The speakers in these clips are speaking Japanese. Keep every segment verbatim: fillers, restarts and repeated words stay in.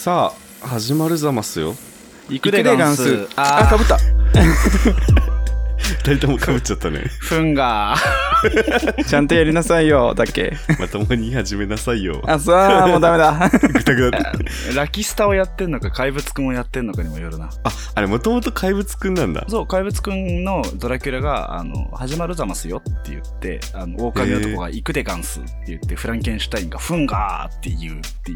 さあ始まるざますよ。 いくでガンス。 あーかぶったふたりともかぶっちゃったね。 ふんがちゃんとやりなさいよだっけ。 まともに始めなさいよ。 あさあもうダメだぐたぐた。 ラキスタをやってんのか怪物くんをやってんのかにもよるな。 あ、あれもともと怪物くんなんだ。 そう、怪物くんのドラキュラがあの始まるざますよって言って、あの狼男がいくでガンスって言って、フランケンシュタインがフンガーって言うっていう。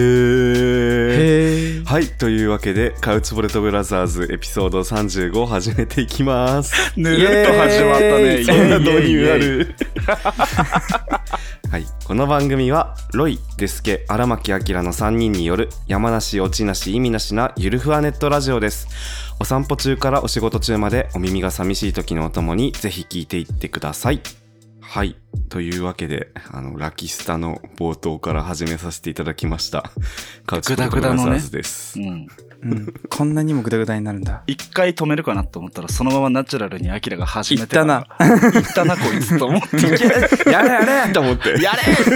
へー。 へー。 はい、というわけでカウチポテトブラザーズエピソードさんじゅうごを始めていきます。 ぬるっと始まったね。 そんな導入ある。はい、この番組はロイ、デスケ、荒牧明のさんにんによる山なし、落ちなし、意味なしなゆるふわネットラジオです。お散歩中からお仕事中までお耳が寂しい時のお供にぜひ聞いていってください。はい、というわけであのラキスタの冒頭から始めさせていただきました。カウチポテトブラザーズです。 うん。 うん、こんなにもグダグダになるんだ。 一回止めるかなと思ったらそのままナチュラルにアキラが始めて言ったな言ったなこいつと思ってやれやれと思ってやれ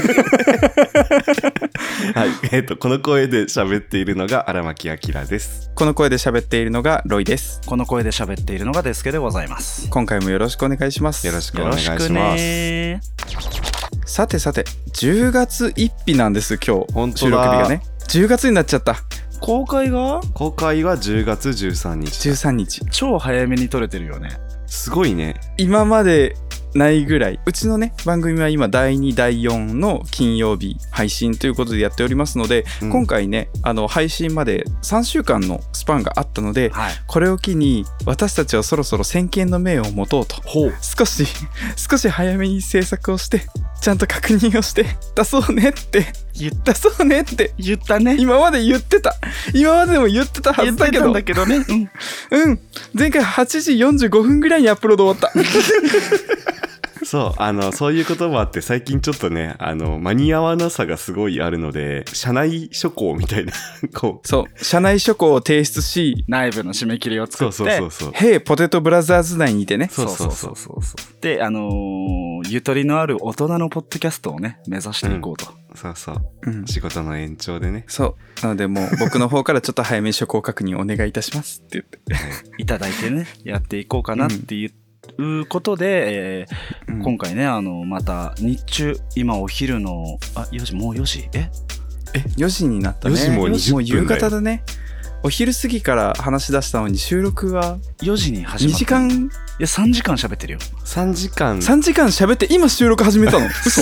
はい、えっとこの声で喋っているのが荒牧明です。 この声で喋っているのがロイです。 この声で喋っているのがデスケでございます。 今回もよろしくお願いします。 よろしくお願いします。 よろしくね。 さてさてじゅうがつついたちなんです今日。 本当だ。 収録日がねじゅうがつになっちゃった。 公開が公開はじゅうがつじゅうさんにち。 じゅうさんにち。 超早めに撮れてるよね。 すごいね。 今までないぐらい。うちのね番組は今だいにだいよんの金曜日配信ということでやっておりますので、うん、今回ねあの配信までさんしゅうかんのスパンがあったので、はい、これを機に私たちはそろそろ先見の明を持とうと、ほう少し少し早めに制作をしてちゃんと確認をして出そうねって言ったそうねって言ったね。 今まで言ってた今まででも言ってたはずだけど言ってたんだけどね。 うん、うん、前回はちじよんじゅうごふんぐらいにアップロード終わったそうあのそういうこともあって最近ちょっとねあの間に合わなさがすごいあるので社内諸行みたいなこうそう社内諸行を提出し内部の締め切りを作ってそうそうそうそうへいポテトブラザーズ内にてねそうそうそうそうそうであのー、ゆとりのある大人のポッドキャストをね目指していこうと、 うん、そうそう、うん、仕事の延長でね。 そうなのでもう僕の方からちょっと早めに諸行確認お願いいたしますって言っていただいてねやっていこうかなって言って、うんいうことで、えーうん、今回ねあのまた日中今お昼のあよじもうよじええよじになったね。 よじもにじゅっぷんだよ。 もう夕方だね。お昼過ぎから話し出したのに収録はよじに始まった。にじかんいやさんじかん喋ってるよ。 さんじかんさんじかん喋って今収録始めたの嘘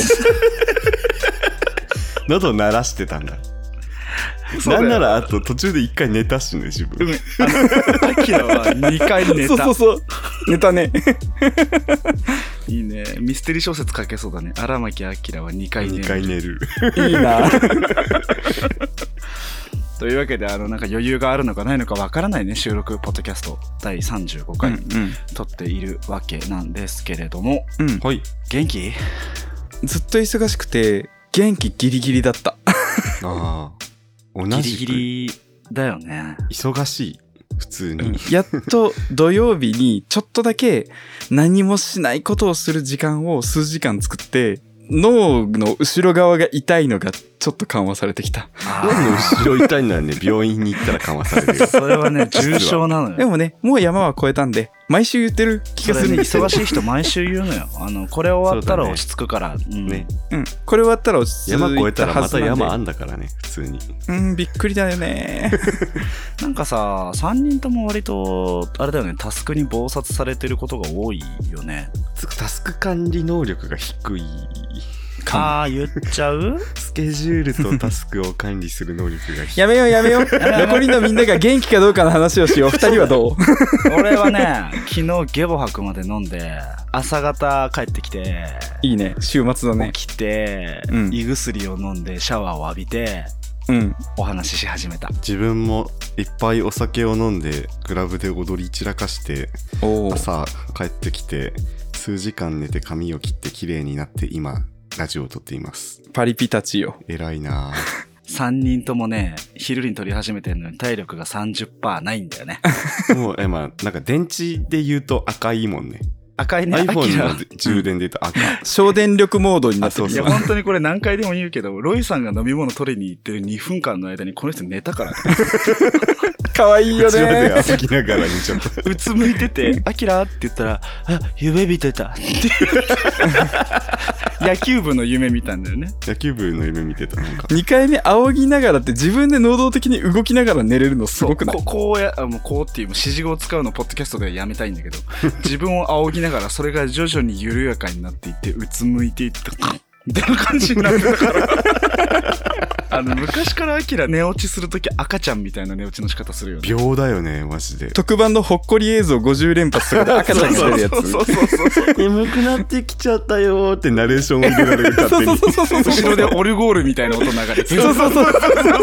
喉鳴らしてたんだ。なんならあと途中でいっかい寝たしね自分。 アキラはにかい寝た。 そうそうそう寝たねいいねミステリー小説書けそうだね。荒牧明はにかい寝る。 にかい寝るいいなというわけであのなんか余裕があるのかないのかわからないね収録ポッドキャストだいさんじゅうごかい、うんうん、撮っているわけなんですけれども、 うん、 はい、 元気？ ずっと忙しくて元気ギリギリだったあ同じくギリギリだよね。 忙しい普通に、 うん、やっと土曜日にちょっとだけ何もしないことをする時間を数時間作って脳の後ろ側が痛いのがちょっと緩和されてきた。 脳の後ろ痛いのはね病院に行ったら緩和されるよそれはね重症なのよ。 でもねもう山は越えたんで毎週言ってる気がするんですよ。 忙しい人毎週言うのよあのこれ終わったら落ち着くから、ね、 うんね、うん、これ終わったら落ち着いたはずなんで。 山越えたらまた山あんだからね普通に。 うんびっくりだよねなんかささんにんとも割とあれだよねタスクに忙殺されてることが多いよね。 タスク管理能力が低いああ言っちゃうスケジュールとタスクを管理する能力が低いやめようやめよう残りのみんなが元気かどうかの話をしよう。ふたりはどう俺はね昨日ゲボ吐くまで飲んで朝方帰ってきていいね週末だね。 起きて、うん、胃薬を飲んでシャワーを浴びて、うん、お話しし始めた。 自分もいっぱいお酒を飲んでクラブで踊り散らかして朝帰ってきて数時間寝て髪を切って綺麗になって今ラジオを撮っています。 パリピたちよ。 偉いなさんにんともね昼に撮り始めてるのに体力が さんじゅっパーセント ないんだよねもうえまあなんか電池で言うと赤いもんね。 赤いね、アキ iPhone ラの充電で言うと赤、 省電力モードになってる。 あそういや、本当にこれ何回でも言うけど、ロイさんが飲み物取りに行ってるにふんかんの間にこの人寝たからね。 かわいいよ口までね。 歩きながらにちょっとうつむいてて、アキラって言ったら、あ、夢見てたっていう。野球部の夢見たんだよね。 野球部の夢見てた。なんかにかいめ仰ぎながらって自分で能動的に動きながら寝れるのすごくない？ ここうや、あもうこうっていう指示語を使うのをポッドキャストではやめたいんだけど、自分を仰ぎながらそれが徐々に緩やかになっていって、うつむいていったみたいな感じになってたから。あの昔からアキラ寝落ちするとき赤ちゃんみたいな寝落ちの仕方するよね。 秒だよねマジで。 特番のほっこり映像ごじゅう連発とかで赤ちゃんが出るやつ。 そうそうそうそう。 眠くなってきちゃったよーってナレーションを入れられる勝手に。 後ろでオルゴールみたいな音流れて。 そうそうそう。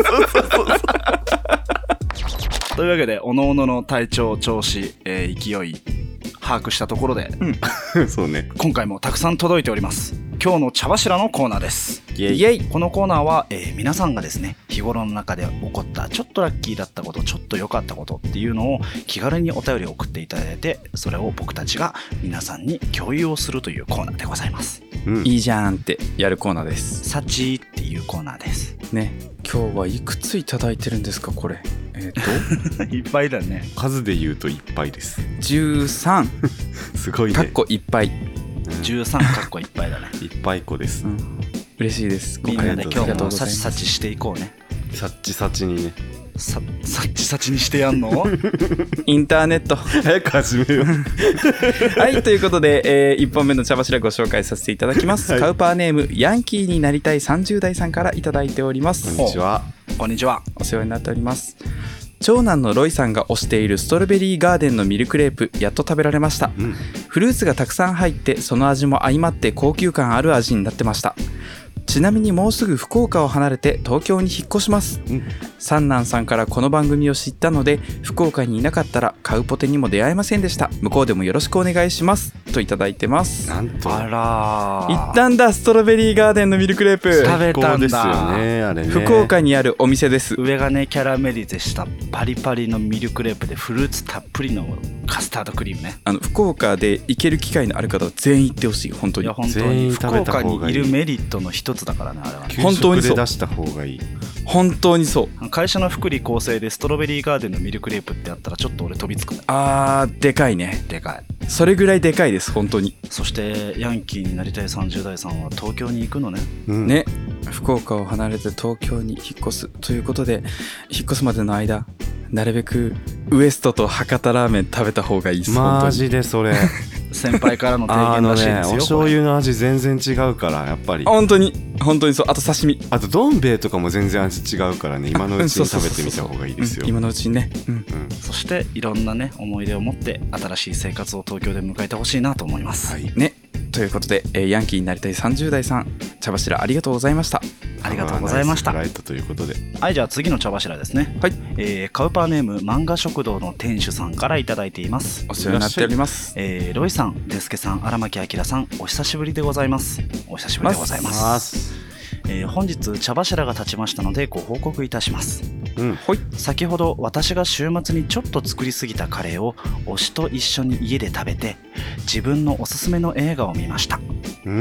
というわけで、おのおのの体調、調子、えー勢い、把握したところで、 そうね。 今回もたくさん届いております。今日の茶柱のコーナーです。 イエイイエイ。 このコーナーは、えー皆さんがですね、日頃の中で起こったちょっとラッキーだったこと、ちょっと良かったことっていうのを気軽にお便りを送っていただいて、それを僕たちが皆さんに共有をするというコーナーでございます。 うん、 いいじゃんってやるコーナーです。 サチーっていうコーナーです。 ね。今日はいくついただいてるんですかこれ。えっ、といっぱいだね。 数で言うといっぱいです。 じゅうさんすごいね。 かっこいっぱい。 じゅうさんかっこいっぱいだね。 いっぱい子です。 うん、嬉しいです。 みんなで今日もサチありがとうございます。 サチしていこうね。 サッチサチにね。 さサチサチにしてやんの？ インターネット。 早く始めよう。 はいということで、えー、いっぽんめの茶柱ご紹介させていただきます、 はい、 カウパーネームヤンキーになりたいさんじゅう代さんからいただいておりますこんにちは。 こんにちは。 お世話になっております。長男のロイさんが推しているストロベリーガーデンのミルクレープやっと食べられました、 うん、 フルーツがたくさん入ってその味も相まって高級感ある味になってました。ちなみにもうすぐ福岡を離れて東京に引っ越します、うん、三男さんからこの番組を知ったので福岡にいなかったらカウポテにも出会えませんでした。向こうでもよろしくお願いしますといただいてます。 なんとあらー、 行ったんだストロベリーガーデンのミルクレープ。 食べたんだ。 ですよねあれね。 福岡にあるお店です。 上がねキャラメリゼしたパリパリのミルクレープでフルーツたっぷりのカスタードクリームね。 あの福岡で行ける機会のある方は全員行ってほしい。本当に。 いや本当に福岡にいるメリットの一つだからねあれはね。 本当にそう。 給食で出した方がいい。 本当にそう。 会社の福利厚生でストロベリーガーデンのミルクレープってあったらちょっと俺飛びつく。 あーでかいね。 でかい。 それぐらいでかいです本当に。 そしてヤンキーになりたいさんじゅう代さんは東京に行くのね、 うん、 ね。福岡を離れて東京に引っ越すということで引っ越すまでの間なるべくウエストと博多ラーメン食べた方がいいです。 マジでそれ先輩からの提言らしいですよ。 あのねお醤油の味全然違うからやっぱり本当に本当にそう。あと刺身、 あとどん兵衛とかも全然味違うからね今のうちに食べてみた方がいいですよ。 今のうちにね、うんうん、 そしていろんなね思い出を持って新しい生活を東京で迎えてほしいなと思います、 はい、 ね。ということで、えー、ヤンキーになりたいさんじゅう代さん茶柱ありがとうございました。 ありがとうございました。 ライトということで、 はい、じゃあ次の茶柱ですね。 はい、 えー、カウパーネーム漫画食堂の店主さんからいただいています。 お世話になっております。 えー、ロイさん、デスケさん、荒牧明さん、お久しぶりでございます。お久しぶりでございます。ますえー、本日茶柱が立ちましたのでご報告いたします。 うん、 ほい。 先ほど私が週末にちょっと作りすぎたカレーを推しと一緒に家で食べて自分のおすすめの映画を見ました。 うんうん、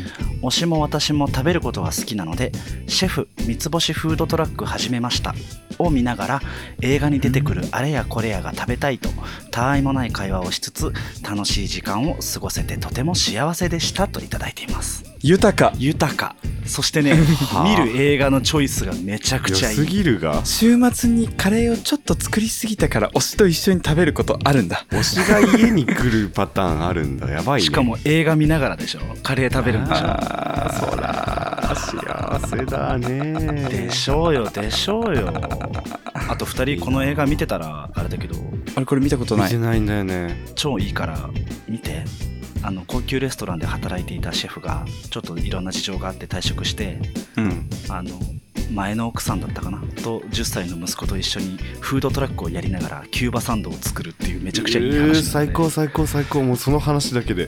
推しも私も食べることが好きなのでシェフ三つ星フードトラック始めましたを見ながら映画に出てくるあれやこれやが食べたいとたわいもない会話をしつつ楽しい時間を過ごせてとても幸せでしたといただいています。 豊か豊か。そしてね見る映画のチョイスがめちゃくちゃいい。 良すぎるが週末にカレーをちょっと作りすぎたから推しと一緒に食べることあるんだ。 推しが家に来るパターンあるんだ。やばいね。 しかも映画見ながらでしょ。カレー食べるんでしょ。 あそら幸せだね。 でしょうよでしょうよ。あとふたりこの映画見てたらあれだけどあれこれ見たことない。 見てないんだよね。 超いいから見て。あの高級レストランで働いていたシェフがちょっといろんな事情があって退職して、 うん、 あの前の奥さんだったかなとじゅっさいの息子と一緒にフードトラックをやりながらキューバサンドを作るっていうめちゃくちゃいい話なので、 えー、最高最高最高。もうその話だけで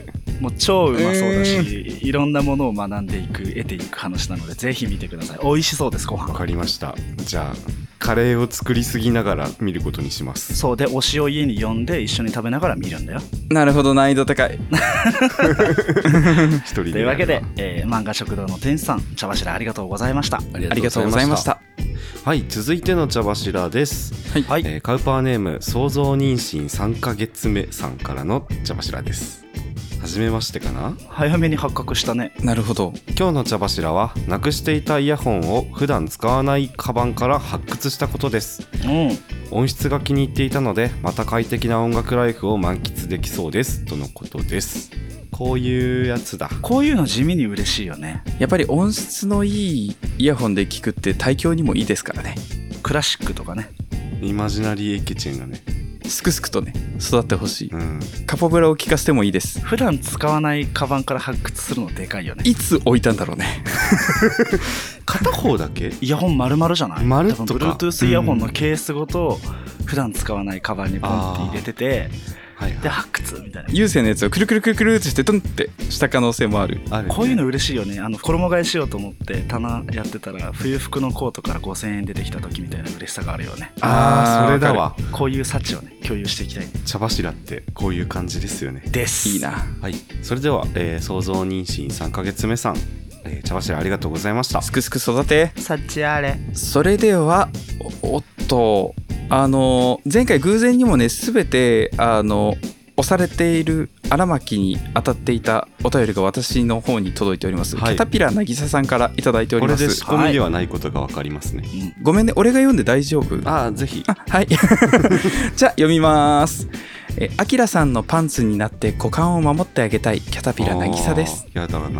もう超うまそうだし、いろんなものを学んでいく得ていく話なのでぜひ見てください。美味しそうです。ご飯わかりました。じゃあカレーを作りすぎながら見ることにします。 そうで、推しを家に呼んで一緒に食べながら見るんだよ。 なるほど、難易度高い。 一人でというわけで、えー、漫画食堂の店主さん、茶柱ありがとうございました。 ありがとうございました。 はい、続いての茶柱です。 はい、 えー、カウパーネーム創造妊娠さんかげつめさんからの茶柱です。はじめましてかな。 早めに発覚したね。 なるほど。 今日の茶柱はなくしていたイヤホンを普段使わないカバンから発掘したことです。 うん、 音質が気に入っていたのでまた快適な音楽ライフを満喫できそうですとのことです。こういうやつだ。 こういうの地味に嬉しいよね。 やっぱり音質のいいイヤホンで聞くって体調にもいいですからね。 クラシックとかね。 イマジナリーエケチェンがね、 すくすくとね育ってほしい、 うん、 カポブラを聞かせてもいいです。 普段使わないカバンから発掘するのでかいよね。 いつ置いたんだろうね。 片方だけイヤホン丸々じゃない？ 丸っとか、 多分 Bluetooth イヤホンのケースごと普段使わないカバンにポンって入れてて、はいはい、で発掘みたいな。 有線のやつをくるくるくるくるってしてトンってした可能性もある。 ある、ね、 こういうの嬉しいよね。あの衣替えしようと思って棚やってたら冬服のコートからごせんえん出てきた時みたいな嬉しさがあるよね。 ああ、それだわ。 こういう幸をね共有していきたいね。 茶柱ってこういう感じですよね。 です。 いいな。 はい、それでは、えー、創造妊娠さんかげつめさん、えー、茶柱ありがとうございました。 すくすく育て。 幸あれ。 それでは お, おっとあの前回偶然にもね全てあの押されている荒牧に当たっていたお便りが私の方に届いております、はい、キャタピラなぎささんからいただいております。 これで仕込みではないことが分かりますね、 はい、ごめんね、俺が読んで大丈夫？ ああ、ぜひ。 あ、はいじゃあ読みます。え、アキラさんのパンツになって股間を守ってあげたいキャタピラなぎさです。 やだな、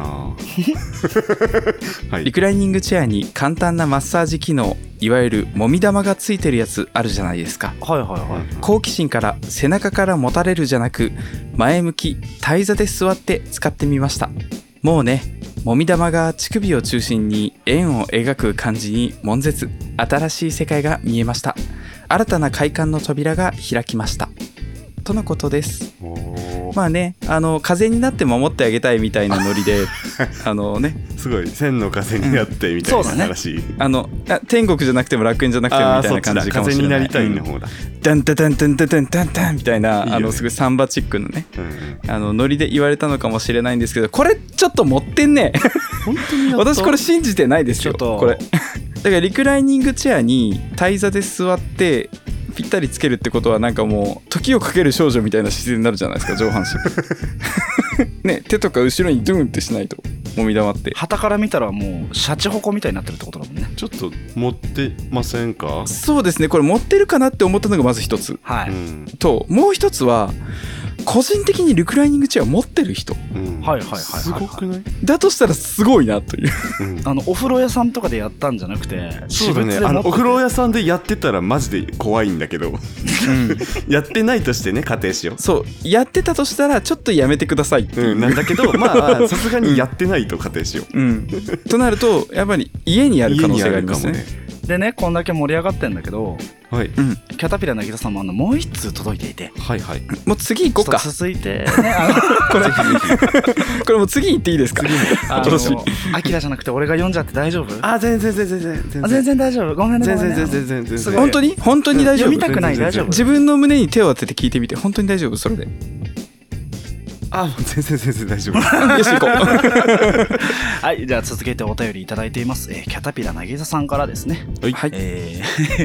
はい、 リクライニングチェアに簡単なマッサージ機能、いわゆるもみ玉がついてるやつあるじゃないですか。 はいはいはい。 好奇心から背中から持たれるじゃなく前向き平座で座って使ってみました。もうね、もみ玉が乳首を中心に円を描く感じに悶絶、新しい世界が見えました。新たな快感の扉が開きましたとのことです。まあね、あの風になって守ってあげたいみたいなノリであのね、 すごい千の風になってみたいな話、うんね、 あのあ天国じゃなくても楽園じゃなくてもみたいな感じかもしれない。 風になりたいの方だ、 うん、ダンタダンタンタンタンタンタンみたいな、いい、ね、あのすごいサンバチックのね、うんうん、あのノリで言われたのかもしれないんですけど、これちょっと持ってんね。 本当に私これ信じてないですよこれ。だからリクライニングチェアに平座で座ってぴったりつけるってことはなんかもう時をかける少女みたいな姿勢になるじゃないですか、上半身ね、手とか後ろにドゥンってしないともみ玉って。 旗から見たらもうシャチホコみたいになってるってことだもんね。 ちょっと持ってませんか？ そうですね、これ持ってるかなって思ったのがまず一つ、 はい、うん、 ともう一つは個人的にリクライニングチェア持ってる人、 うん、はいはいはいはい、 すごくない？ だとしたらすごいなという、 うん、あのお風呂屋さんとかでやったんじゃなくて、 そうだね、あのお風呂屋さんでやってたらマジで怖いんだけど、うん、やってないとしてね、仮定しよう。 そうやってたとしたらちょっとやめてくださいっていう、 うん、なんだけどまあさすがにやってないと仮定しよう、うん、 となるとやっぱり家にある可能性がありますね。 でね、こんだけ盛り上がってんだけど、 はい、 うん、キャタピラなぎささんもあのもう一通届いていて、 はいはい、 もう次行こうか。 続いてね、あのこれこれもう次行っていいですか？ あのアキラじゃなくて俺が読んじゃって大丈夫？ あ、全然全然全然全然大丈夫。ごめんね。 全然全然全然。 本当に本当に大丈夫？ 読みたくない？大丈夫？ 自分の胸に手を当てて聞いてみて、本当に大丈夫？それで。 あ、もう全然全然大丈夫。 よし行こう。 はい、じゃあ続けてお便りいただいています。えー、キャタピラなぎささんからですね。 はい。 え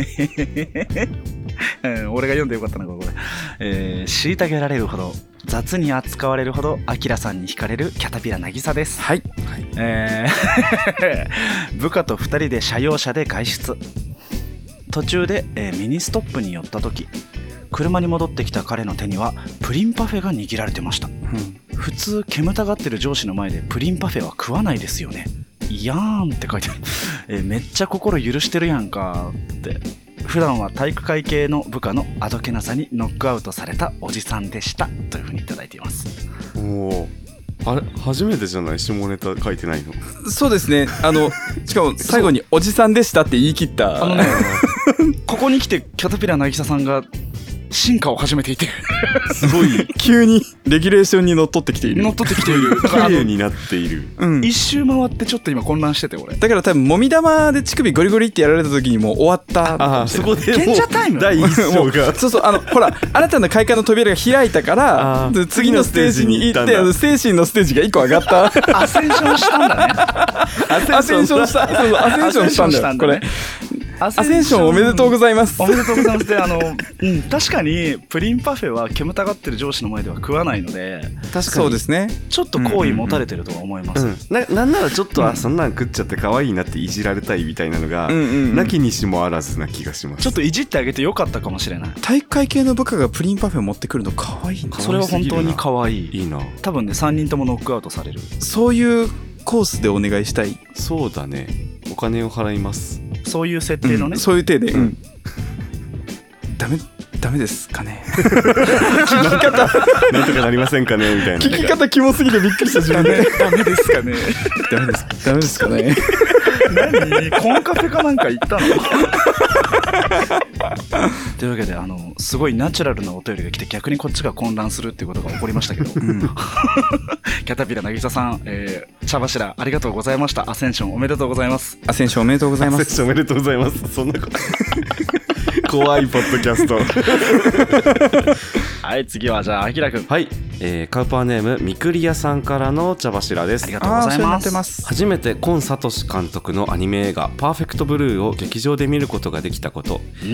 ー、俺が読んでよかったなこれ。えー、虐げられるほど雑に扱われるほどアキラさんに惹かれるキャタピラなぎさです。 はい。 はい、えー、部下とふたりで車用車で外出。途中で、えー、ミニストップに寄った時、車に戻ってきた彼の手にはプリンパフェが握られてました、うん、普通煙たがってる上司の前でプリンパフェは食わないですよね。いやーんって書いてある、えー、めっちゃ心許してるやんかって。普段は体育会系の部下のあどけなさにノックアウトされたおじさんでしたというふうにいただいています。 おー、あれ初めてじゃない？下ネタ書いてないの？ そうですね、あのしかも最後におじさんでしたって言い切った。 あのねここに来てキャタピラなぎささんが進化を始めていてすごい急にレギュレーションにのっとってきている。 乗っ取ってきている。だからあの綺麗になっている。 うん、 一周回ってちょっと今混乱してて俺。 だから多分もみ玉で乳首ゴリゴリってやられた時にもう終わったああ、そこでもう賢者タイム第一章がそうそう、あのほらあなたの快感の扉が開いたからあー次のステージに行って、 次のステージに行ったんだあの精神のステージがいっこ上がったアセンションしたんだね。 アセンションした、そうそう、アセンションしたんだよこれ。 アアセンションおめでとうございます。 おめでとうございます。で、あの、うん、確かにプリンパフェは煙たがってる上司の前では食わないので、 確かにそうですね。 ちょっと好意持たれてるとは思います。 うん、な, なんならちょっと、あそんなん食っちゃって可愛いなっていじられたいみたいなのが、 うんうんうんなきにしもあらずな気がします。 ちょっといじってあげてよかったかもしれない。 体育会系の部下がプリンパフェを持ってくるの可愛いな。 それは本当に可愛い。 いいな。 多分ね、さんにんともノックアウトされる。 そういうコースでお願いしたい。 そうだね。お金を払います。 そういう設定のね。 うん、そういう体で、 うんうんダメダメですかね。聞き方なんとかなりませんかねみたいな。 聞き方キモすぎてびっくりした自分で。 ダメですかね。 ダメですダメですかね。 何コンカフェかなんか行ったのというわけで、あのすごいナチュラルなお便りが来て逆にこっちが混乱するっていうことが起こりましたけど、うん、キャタピラ渚さん、えー、茶柱ありがとうございました。アセンションおめでとうございます。 アセンションおめでとうございます。 セッションおめでとうございます。そんなこと怖いポッドキャスト。 はい、次はじゃああきらくん。 はい、えー、カウパーネームみくりやさんからの茶柱です。 ありがとうございあーそうなますってます。 初めて今聡監督のアニメ映画パーフェクトブルーを劇場で見ることができたこと、 うん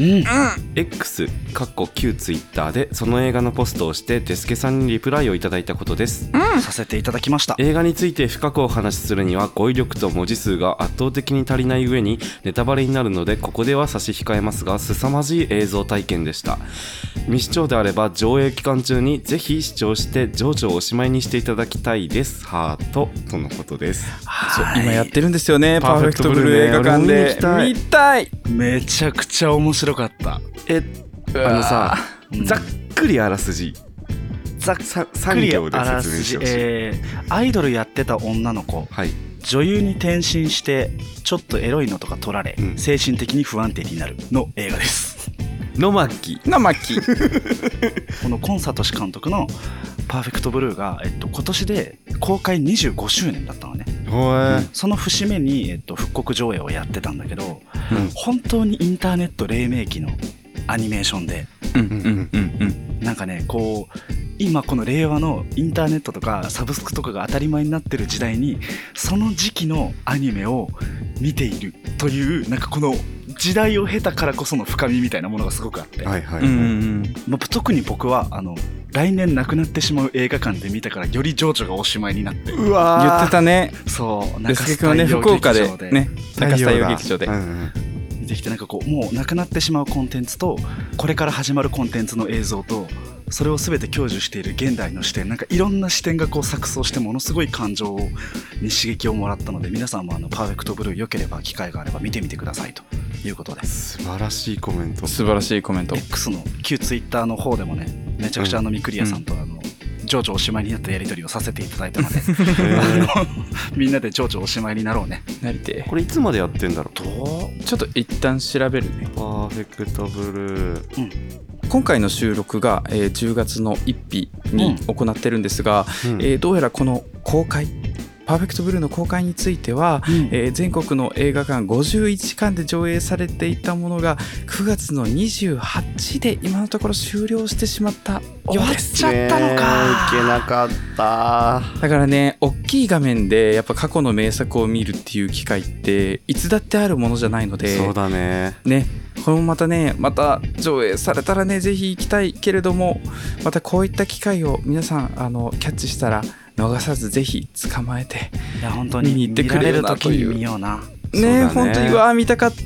X かっこ旧ツイッターでその映画のポストをしてデスケさんにリプライをいただいたことです。 させていただきました。 映画について深くお話しするには語彙力と文字数が圧倒的に足りない上にネタバレになるのでここでは差し控えますが、凄まじい映像体験でした。未視聴であれば上映期間中にぜひ視聴して情緒をおしまいにしていただきたいです。ハートとのことです。 そう今やってるんですよね。パーフェクトブルー映画館パーフェでクトブルーね見たい。 めちゃくちゃ面白かった。 えあのさ、 うんざっくりあらすじざっさくりさん行であらすじ、 説明してほしい、 えーアイドルやってた女の子、 はい、 女優に転身してちょっとエロいのとか取られ、 うん精神的に不安定になるの映画です。 野巻なまき。 この今聡監督のパーフェクトブルーが、えっと、今年で公開にじゅうごしゅうねんだったのね。 ほえ、 その節目に、えっと、復刻上映をやってたんだけど、 うん本当にインターネット黎明期のアニメーションで、 うんうんうんうん。 なんかね、こう今この令和のインターネットとかサブスクとかが当たり前になってる時代にその時期のアニメを見ているという、なんかこの時代を経たからこその深みみたいなものがすごくあって、 はいはい、 うんうんまあ、特に僕はあの来年なくなってしまう映画館で見たからより情緒がおしまいになって、 うわ言ってたね。 そうデスケ君はね福岡でね高須太陽劇場でうんうん見てきて、なんかこうもうなくなってしまうコンテンツとこれから始まるコンテンツの映像とそれを全て享受している現代の視点、なんかいろんな視点がこう錯綜してものすごい感情に刺激をもらったので、皆さんもあのパーフェクトブルー良ければ機会があれば見てみてくださいということで、 素晴らしいコメント。 素晴らしいコメント。 X の旧ツイッターの方でもね、めちゃくちゃあのミクリアさんとあの情緒おしまいになったやり取りをさせていただいたので、あのみんなで情緒おしまいになろうね。 なりてこれいつまでやってんだろう。 どちょっと一旦調べるね。 パーフェクトブルー、 うん今回の収録が、えーじゅうがつのついたちに行ってるんですが、 うんえーどうやらこの公開パーフェクトブルーの公開については、 うんえー全国の映画館ごじゅういちかんで上映されていたものがくがつのにじゅうはちで今のところ終了してしまったようです。 終わっちゃったのかねえいけなかっただからね、大きい画面でやっぱ過去の名作を見るっていう機会っていつだってあるものじゃないので、 そうだね。 ね、これもまたね、また上映されたらね、ぜひ行きたいけれども、またこういった機会を皆さんあのキャッチしたら逃さずぜひ捕まえていや本当に見に行ってくれるなという見られる時に見ような。 そうだねね、本当にうわー見たかった。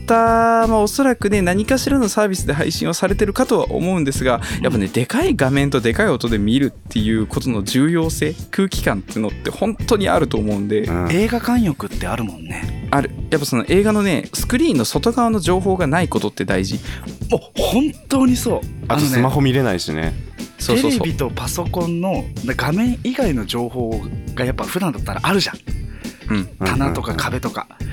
まあおそらくね、何かしらのサービスで配信をされてるかとは思うんですが、やっぱね、でかい画面とでかい音で見るっていうことの重要性、空気感っていうのって本当にあると思うんで、 うん映画館欲ってあるもんね。 ある。やっぱその映画のね、スクリーンの外側の情報がないことって大事。 もう本当にそう。 あとのねスマホ見れないしね。 そうそうそうテレビとパソコンの画面以外の情報がやっぱ普段だったらあるじゃん。 うん。 棚とか壁とか、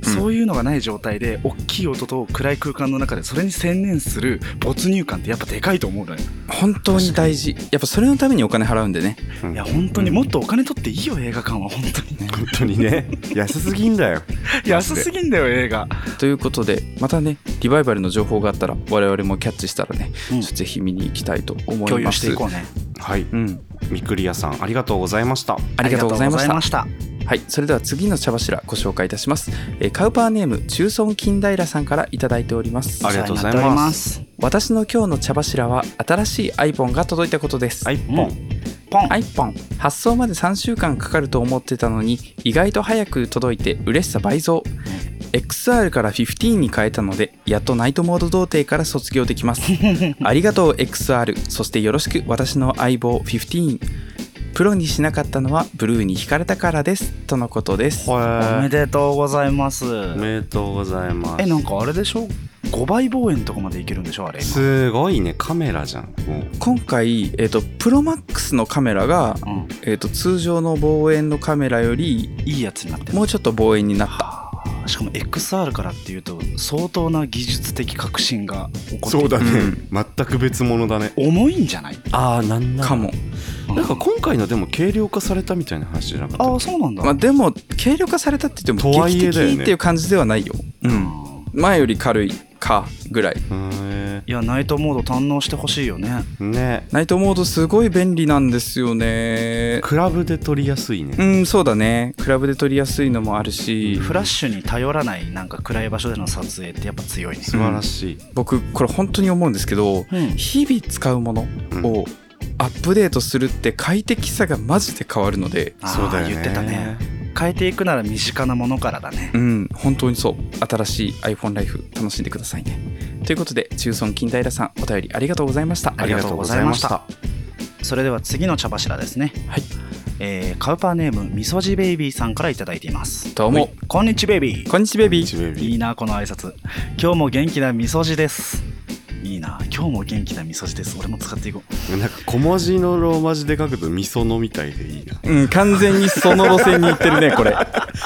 そういうのがない状態で大きい音と暗い空間の中でそれに専念する没入感ってやっぱでかいと思うのよ。 本当に大事。やっぱそれのためにお金払うんでね。 うんいや本当にもっとお金取っていいよ映画館は本当にね。 本当にね安すぎんだよ。 安すぎんだよ映画。 ということでまたねリバイバルの情報があったら我々もキャッチしたらね、 うんぜひ見に行きたいと思います。 共有していこうね。 はい、 うん、 みくりやさんありがとうございました。 ありがとうございました。 した。 はい、それでは次の茶柱ご紹介いたします。えーカウパーネーム中村金平さんからいただいております。 ありがとうございます。 私の今日の茶柱は新しい iPhone が届いたことです。 iPhone、 ポン。 iPhone 発送までさんしゅうかんかかると思ってたのに意外と早く届いて嬉しさ倍増。 エックスアール からじゅうごに変えたのでやっとナイトモード童貞から卒業できますありがとう エックスアール、 そしてよろしく私の相棒じゅうご。プロにしなかったのはブルーに惹かれたからですとのことです。 おめでとうございます。 おめでとうございます。 えなんかあれでしょ、ごばい望遠とかまでいけるんでしょあれ今。 すごいね、カメラじゃんもう。 今回、えーと、プロマックスのカメラが、 うん、 えーと、通常の望遠のカメラよりいいやつになってる。 もうちょっと望遠になった。 しかも エックスアール からっていうと相当な技術的革新が起こっている。 そうだね、 うん全く別物だね。 重いんじゃない？ ああ、なんなかも。 なんか今回のでも軽量化されたみたいな話じゃなかったっけ？ ああそうなんだ。 まあ、でも軽量化されたって言ってもとはい劇えだよね的っていう感じではないよ。うん、前より軽いかぐらい。 へいやナイトモード堪能してほしいよね。 えね、 ナイトモードすごい便利なんですよね。 クラブで撮りやすいね。 うんそうだね、クラブで撮りやすいのもあるし、 フラッシュに頼らないなんか暗い場所での撮影ってやっぱ強いね。 素晴らしい。 僕これ本当に思うんですけど、 うん日々使うものをアップデートするって快適さがマジで変わるので、 あーそうだよね。 言ってたね。変えていくなら身近なものからだね。 うん本当にそう。新しい iPhone ライフ楽しんでくださいね。ということで中村金平さんお便りありがとうございました。 ありがとうございました。それでは次の茶柱ですね。 はい、 えーカウパーネームみそじベイビーさんからいただいています。 どうもこんにちベイビー。 こんにちはベビチー。 ベビー。 いいなこの挨拶。今日も元気なみそじです。いいな、今日も元気なみそじです。俺も使っていこう。 なんか小文字のローマ字で書くとみそのみたいでいいな。 うん完全にその路線に行ってるねこれ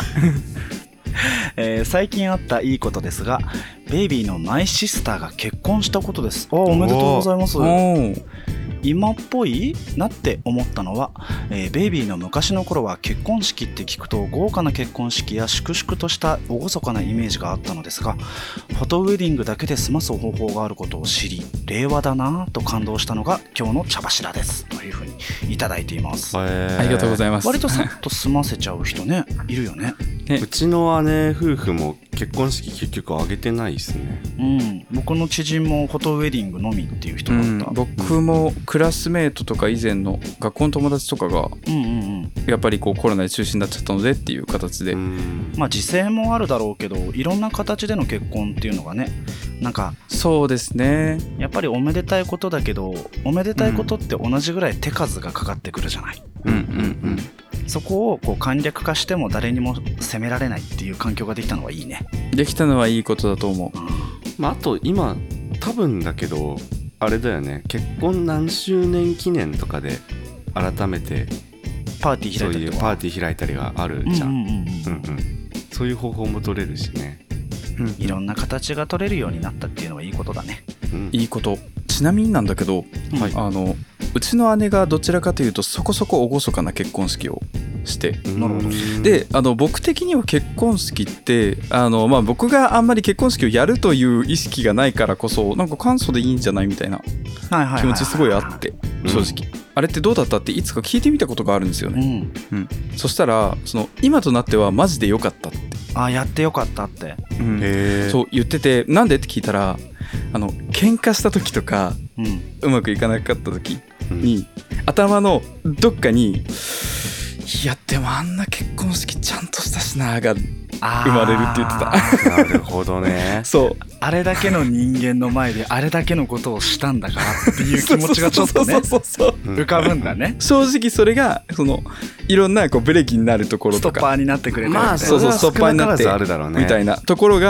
えー最近あったいいことですが、ベイビーのマイシスターが結婚したことです。あーおめでとうございます。 おー今っぽいなって思ったのは、えーベイビーの昔の頃は結婚式って聞くと豪華な結婚式や粛々とした厳かなイメージがあったのですが、フォトウェディングだけで済ます方法があることを知り、令和だなぁと感動したのが今日の茶柱ですというふうにいただいています。 ありがとうございいます。 割とさっと済ませちゃう人ねいるよね。 うちの姉夫婦も結婚式結局挙げてないですね。 うん、僕の知人もフォトウェディングのみっていう人うんだった。 僕もクラスメートとか以前の学校の友達とかがうんうんうんやっぱりこうコロナで中止になっちゃったのでっていう形で、 うんまあ時勢もあるだろうけど、いろんな形での結婚っていうのがね、なんかそうですね。 やっぱりおめでたいことだけど、おめでたいことって同じぐらい手数がかかってくるじゃない。 うんうんそこをこう簡略化しても誰にも責められないっていう環境ができたのはいいね。 うん。できたのはいいことだと思う。 まああと今多分だけどあれだよね、結婚何周年記念とかで改めてパーティーそういう開いたりとか。 パーティー開いたりがあるじゃん。 うんうんうんうんうんうんそういう方法も取れるしね。 うんいろんな形が取れるようになったっていうのはいいことだね。 うんいいこと。ちなみになんだけど、 はいあのうちの姉がどちらかというとそこそこ厳かな結婚式をして、 なるほどうんであの僕的には結婚式ってあの、まあ、僕があんまり結婚式をやるという意識がないからこそなんか簡素でいいんじゃないみたいなはいはいはいはい気持ちすごいあって正直、あれってどうだったっていつか聞いてみたことがあるんですようね、 ん。 うん、そしたらその今となってはマジで良かったって、 あ、やってよかったって。 うんへーそう言ってて、なんでって聞いたらあの喧嘩した時とかうん。 うまくいかなかった時うんに、頭のどっかにいやでもあんな結婚式ちゃんとしたしなーがあー生まれるって言ってたなるほどね。 そうあれだけの人間の前であれだけのことをしたんだからっていう気持ちがちょっとねそうそうそうそううん浮かぶんだね。 正直それがそのいろんなこうブレーキになるところストとかッパーになってくれたりね。 まあそうそうそれはストッパーになって少なからずあるだろうねみたいなところが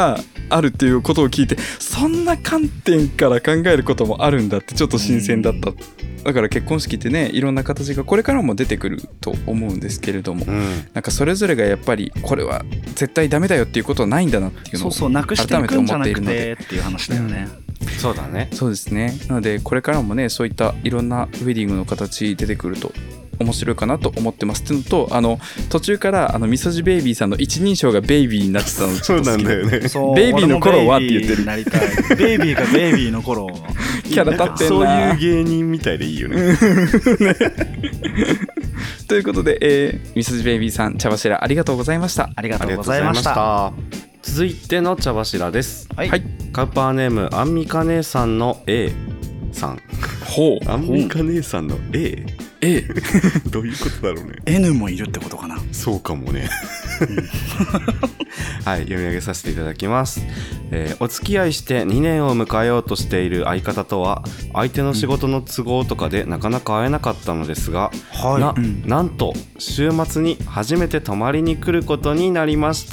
あるっていうことを聞いて、そんな観点から考えることもあるんだってちょっと新鮮だった。だから結婚式ってね、いろんな形がこれからも出てくると思うんですけれども、 うん、 なんかそれぞれがやっぱりこれは絶対ダメだよっていうことはないんだなっていうのをそうそう、なくしてい改めてくんじゃな思っているのくてで、 っていう話だよね、 そうだね。 そうですね。なのでこれからもね、そういったいろんなウェディングの形出てくると面白いかなと思ってますっていうのと、あの途中からあのみそじベイビーさんの一人称がベイビーになってたのちそうょっと好きなんだよね。 そうベイビーの頃はって言ってる俺もベイビーになりたい。ベイビーがベイビーの頃キャラ立ってんそうな。 いう芸人みたいでいいよね。 ということで、えー、みそじベイビーさん、茶柱ありがとうございました。 ありがとうごありがとうござざいました。 いました。続いての茶柱です。 はい、 はい。 カウパーネームアンミカ姉さんの A さん。 ほう。 アンミカ姉さんの A？ えどういうことだろうね。 N もいるってことかな。 そうかもね。はい、読み上げさせていただきます、えーお付き合いしてにねんを迎えようとしている相方とは相手の仕事の都合とかでなかなか会えなかったのですが、な, うんなんと週末に初めて泊まりに来ることになりました。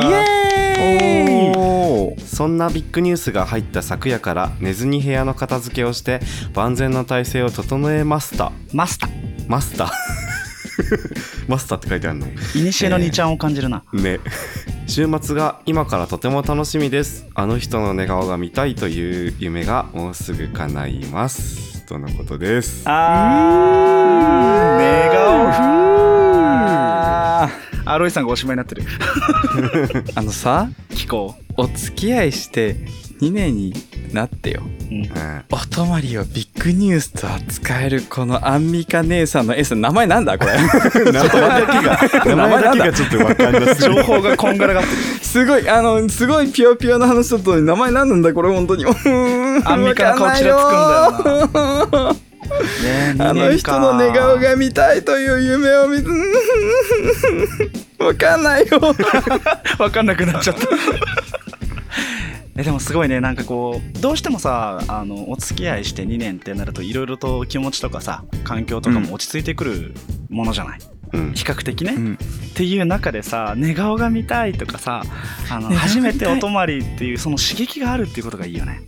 イエーイ。 おー。 そんなビッグニュースが入った昨夜から寝ずに部屋の片付けをして万全の体制を整えました。 マスター。 マスターマスターって書いてあるのいにしえのにちゃんを感じるな。 ね。週末が今からとても楽しみです。あの人の寝顔が見たいという夢がもうすぐ叶いますとのことです。 あー、寝顔。 ああ、ロイさんがおしまいになってる。 あのさ、 聞こお付き合いしてにねんになってよ、 う。うん。 うん、 お泊まりをビッグニュースと扱えるこのアンミカ姉さんの S、 名前なんだこれ。 名前だけが名前だけがちょっと分かんなすぎる。 情報がこんがらがってる。 すごいあのすごいピュアピュアな話だったのに名前何なんだこれ本当に。 アンミカの顔ちらつくんだよな。ね、 あの人の寝顔が見たいという夢を見つわかんないよ。 分かんなくなっちゃったえでもすごいね、なんかこうどうしてもさ、あのお付き合いしてにねんってなるといろいろと気持ちとかさ環境とかも落ち着いてくるものじゃない、 うん、 比較的ね、 うんっていう中でさ、寝顔が見たいとかさ、あの初めてお泊まりっていうその刺激があるっていうことがいいよね。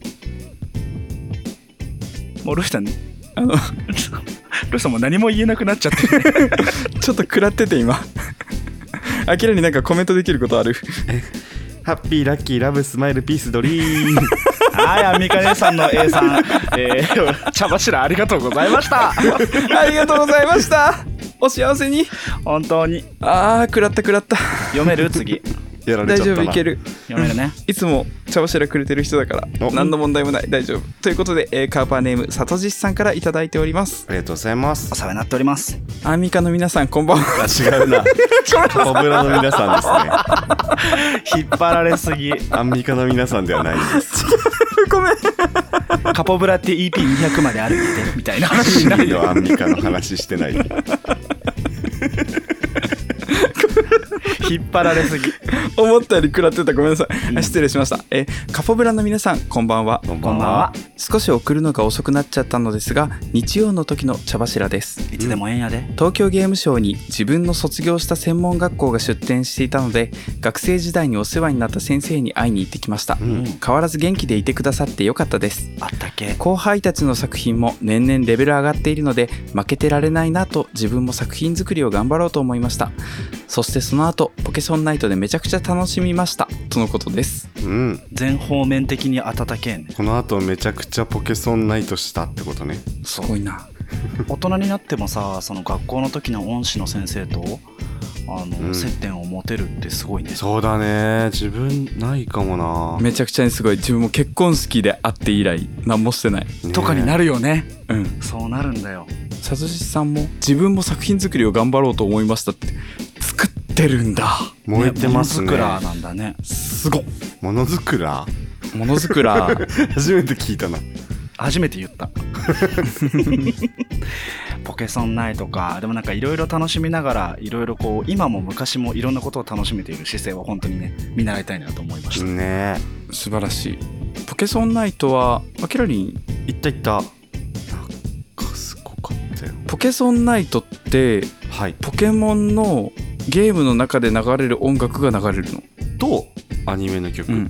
もうルフさんあのルフさんも何も言えなくなっちゃってる、ね、 ちょっと食らってて今。明らになんかコメントできることある？ ハッピーラッキーラブスマイルピースドリーム。 はい、アンミカ姉さんの A さん、えー、茶柱ありがとうございました。 ありがとうございました。お幸せに。 本当に。 あー食らった食らった。 読める？次やられ大ちゃったな。 丈夫いける。 読めるね。 いつも茶柱くれてる人だからお何の問題もない。大丈夫ということで、えーカーパーネームさとじしさんからいただいております。 ありがとうございますお。世話になっております。 アンミカの皆さんこんばんは。 あ、違うな。カポブラの皆さんですね。 引っ張られすぎ。 アンミカの皆さんではないんです。 ごめん。 カポブラって イーピーにひゃく まであるんでみたいな話になるよ。 アンミカの話してない。 引っ張られすぎ。 思ったより食らってた。ごめんなさい、あ失礼しました。えーカポブラの皆さんこんばんは。 こんこんばんは。 少し送るのが遅くなっちゃったのですが、日曜の時の茶柱です。 いつでもええんやで。 東京ゲームショウに自分の卒業した専門学校が出展していたので、学生時代にお世話になった先生に会いに行ってきました、 うん変わらず元気でいてくださってよかったです。 あったっけ。 後輩たちの作品も年々レベル上がっているので負けてられないなと、自分も作品作りを頑張ろうと思いました。そしてその後ポケソンナイトでめちゃくちゃ楽しみましたとのことです。 うん。 全方面的に温けえね。 この後めちゃくちゃポケソンナイトしたってことね。 すごいな。 大人になってもさ、その学校の時の恩師の先生とあの、 うん接点を持てるってすごいね。 そうだね。自分ないかもな。 めちゃくちゃにすごい。自分も結婚式で会って以来何もしてない。 ねとかになるよね。 うん。 そうなるんだよ。 さとしさんも自分も作品作りを頑張ろうと思いましたって作ってるんだ。 燃えてますね。 モノづくらなんだね。 すごっ。 ものづくらものづくら初めて聞いたな。 初めて言ったポケソンナイトか。でもなんかいろいろ楽しみながら、いろいろこう今も昔もいろんなことを楽しめている姿勢は本当にね、見習いたいなと思いました。 ね素晴らしい。ポケソンナイトは明らにえ。いったいった。なんかすごかったよ。 ポケソンナイトってはい。 ポケモンのゲームの中で流れる音楽が流れるの。 とアニメの曲。 うん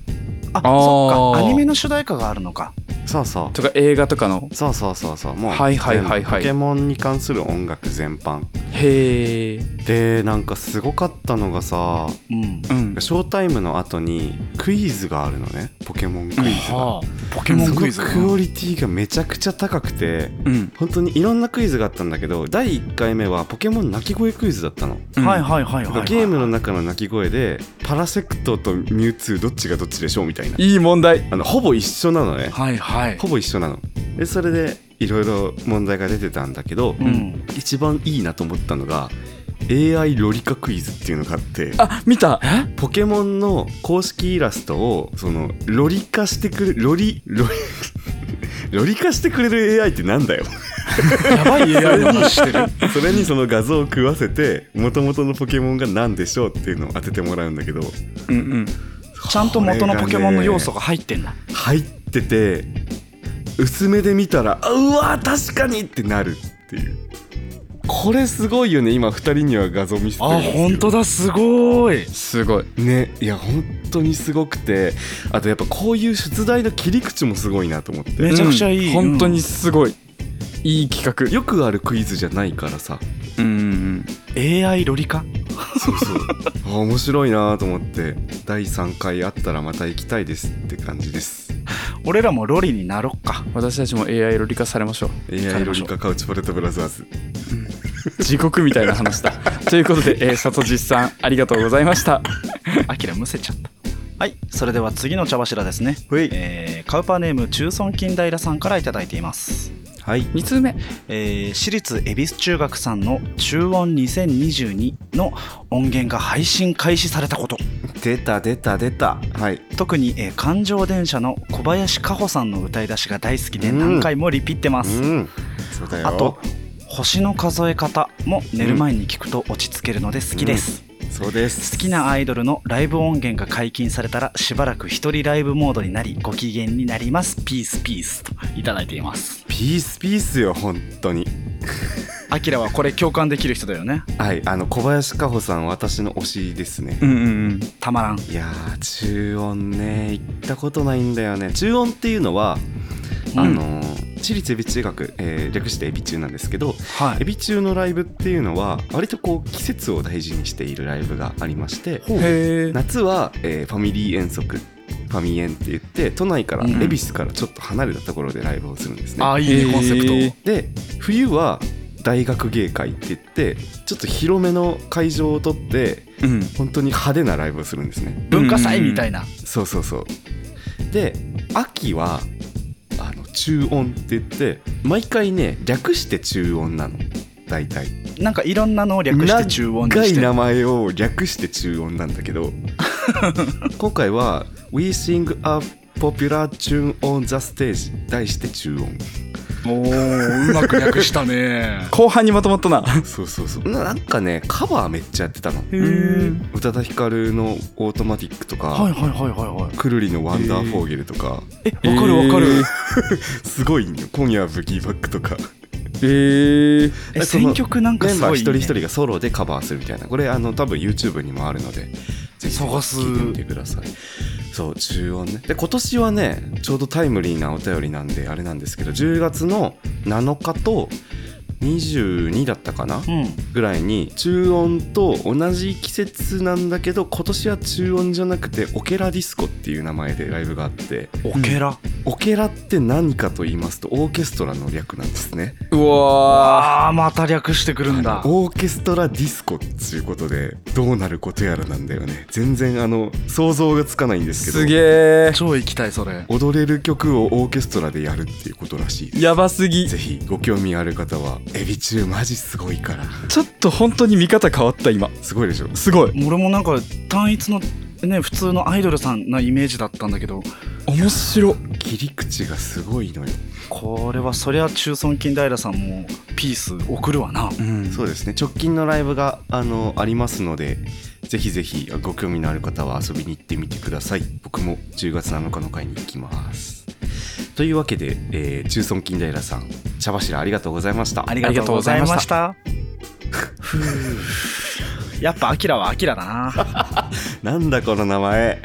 あ、 あーそっか、アニメの主題歌があるのか。 そうそうとか映画とかの。 そうそうそうそうもうはいはいはいはい全部ポケモンに関する音楽全般へえ。 で、なんかすごかったのがさ、 うん。 うん。 ショータイムの後にクイズがあるのね。ポケモンクイズが、 はあ、ポケモンクイズそのクオリティがめちゃくちゃ高くて、 うん。 本当にいろんなクイズがあったんだけど、だいいっかいめはポケモン鳴き声クイズだったの。 うんはいはいはいはい。 ゲームの中の鳴き声でパラセクトとミュウツーどっちがどっちでしょうみたいないい問題。 あのほぼ一緒なのね。 はいはい。 ほぼ一緒なので、それでいろいろ問題が出てたんだけど、 うん。 一番いいなと思ったのが エーアイ ロリカクイズっていうのがあって、 あ、見た。 ポケモンの公式イラストをそのロリ化してくれロリロリロリ化してくれる エーアイ ってなんだよやばい エーアイ の話してる。 それにその画像を食わせて元々のポケモンが何でしょうっていうのを当ててもらうんだけど、 うんうん。 ちゃんと元のポケモンの要素が入ってんだ。 入ってて薄めで見たらあうわ確かにってなるっていう、これすごいよね。今ふたりには画像見せてるんあ、 ですけど、 本当だ、すごい。 すごい。 ね、いや本当にすごくて、あとやっぱこういう出題の切り口もすごいなと思って、 めちゃくちゃいい。 うん本当にすごい。いい企画。 よくあるクイズじゃないからさ、 うんうん。 エーアイ ロリ化。 そうそうあ面白いなと思って、だいさんかいあったらまた行きたいですって感じです。 俺らもロリになろっか。 私たちも エーアイ ロリ化されましょう。 エーアイ ロリカカウチポテトブラザーズ。 地獄みたいな話だということで、えー、里実さんありがとうございました。 アキラむせちゃった。はい、それでは次の茶柱ですね。 ほいえーカウパーネーム中尊金平さんからいただいています。 はいに通目。 えー私立恵比寿中学さんの中音にせんにじゅうにの音源が配信開始されたこと。 出た出た出た。はい特に、えー環状電車の小林香穂さんの歌い出しが大好きでうん何回もリピってます。 うんそうだよ。 あと星の数え方も寝る前に聞くと落ち着けるので好きです、 そうです好きなアイドルのライブ音源が解禁されたらしばらく一人ライブモードになりご機嫌になります。ピースピースといただいています。 ピースピースよ本当に。 アキラはこれ共感できる人だよね。 はいあの小林香穂さん私の推しですね。 うんうんうんたまらん。 いやー中音ね行ったことないんだよね。中音っていうのは、 うんあのー私立恵比寿中学、えー略して恵比中なんですけど、 はい恵比中のライブっていうのは割とこう季節を大事にしているライブがありまして、 へえ。 夏は、えーファミリー遠足ファミエンって言って都内から、 うん恵比寿からちょっと離れたところでライブをするんですね。 あーいいねコンセプト。 へーで冬は大学芸会って言ってちょっと広めの会場を取ってうん本当に派手なライブをするんですね。 文化祭みたいな。 そうそうそう。で秋はあの中音って言って毎回ね略して中音なの大体。 なんかいろんなのを略して中音に長いして。 名前を略して中音なんだけど今回は We sing a popular tune on the stage 題して中音。 おーうまく略したね。 後半にまとまったな。 そうそうそうななんかねカバーめっちゃやってたの。 へー宇多田ヒカルのオートマティックとか、 はいはいはいはいはい。 くるりのワンダーフォーゲルとか、 え、わかるわかる。 えーすごいんよ。今夜はブギーバックとかえーえ、 その選曲なんかメンバーすごいいいね。 一人一人がソロでカバーするみたいな、これあの多分 YouTube にもあるのでぜひ探す聞いてみてください。そう中音ね。で今年はねちょうどタイムリーなお便りなんであれなんですけど、じゅうがつのなのかとにじゅうにだったかな、 うん。 ぐらいに中音と同じ季節なんだけど今年は中音じゃなくてオケラディスコっていう名前でライブがあって、 オケラ。 オケラって何かと言いますとオーケストラの略なんですね。 うわああ、また略してくるんだ。 オーケストラディスコっていうことでどうなることやらなんだよね。全然あの想像がつかないんでーすけど、 すげえ。 超行きたいそれ。 踊れる曲をオーケストラでやるっていうことらしいです。 やばすぎ。 ぜひご興味ある方はエビ中マジすごいから。 ちょっと本当に見方変わった今。 すごいでしょ。 すごい俺もなんか単一のね普通のアイドルさんなイメージだったんだけど、 面白。 切り口がすごいのよ。 これはそりゃ中尊金平さんもピース送るわな。 うんそうですね、直近のライブがあのありますのでぜひぜひご興味のある方は遊びに行ってみてください。僕もじゅうがつなのかの会に行きます。というわけで、えー、中尊金平さん茶柱ありがとうございました。 ありがとうございました。ふうやっぱアキラはアキラだな。 なんだこの名前。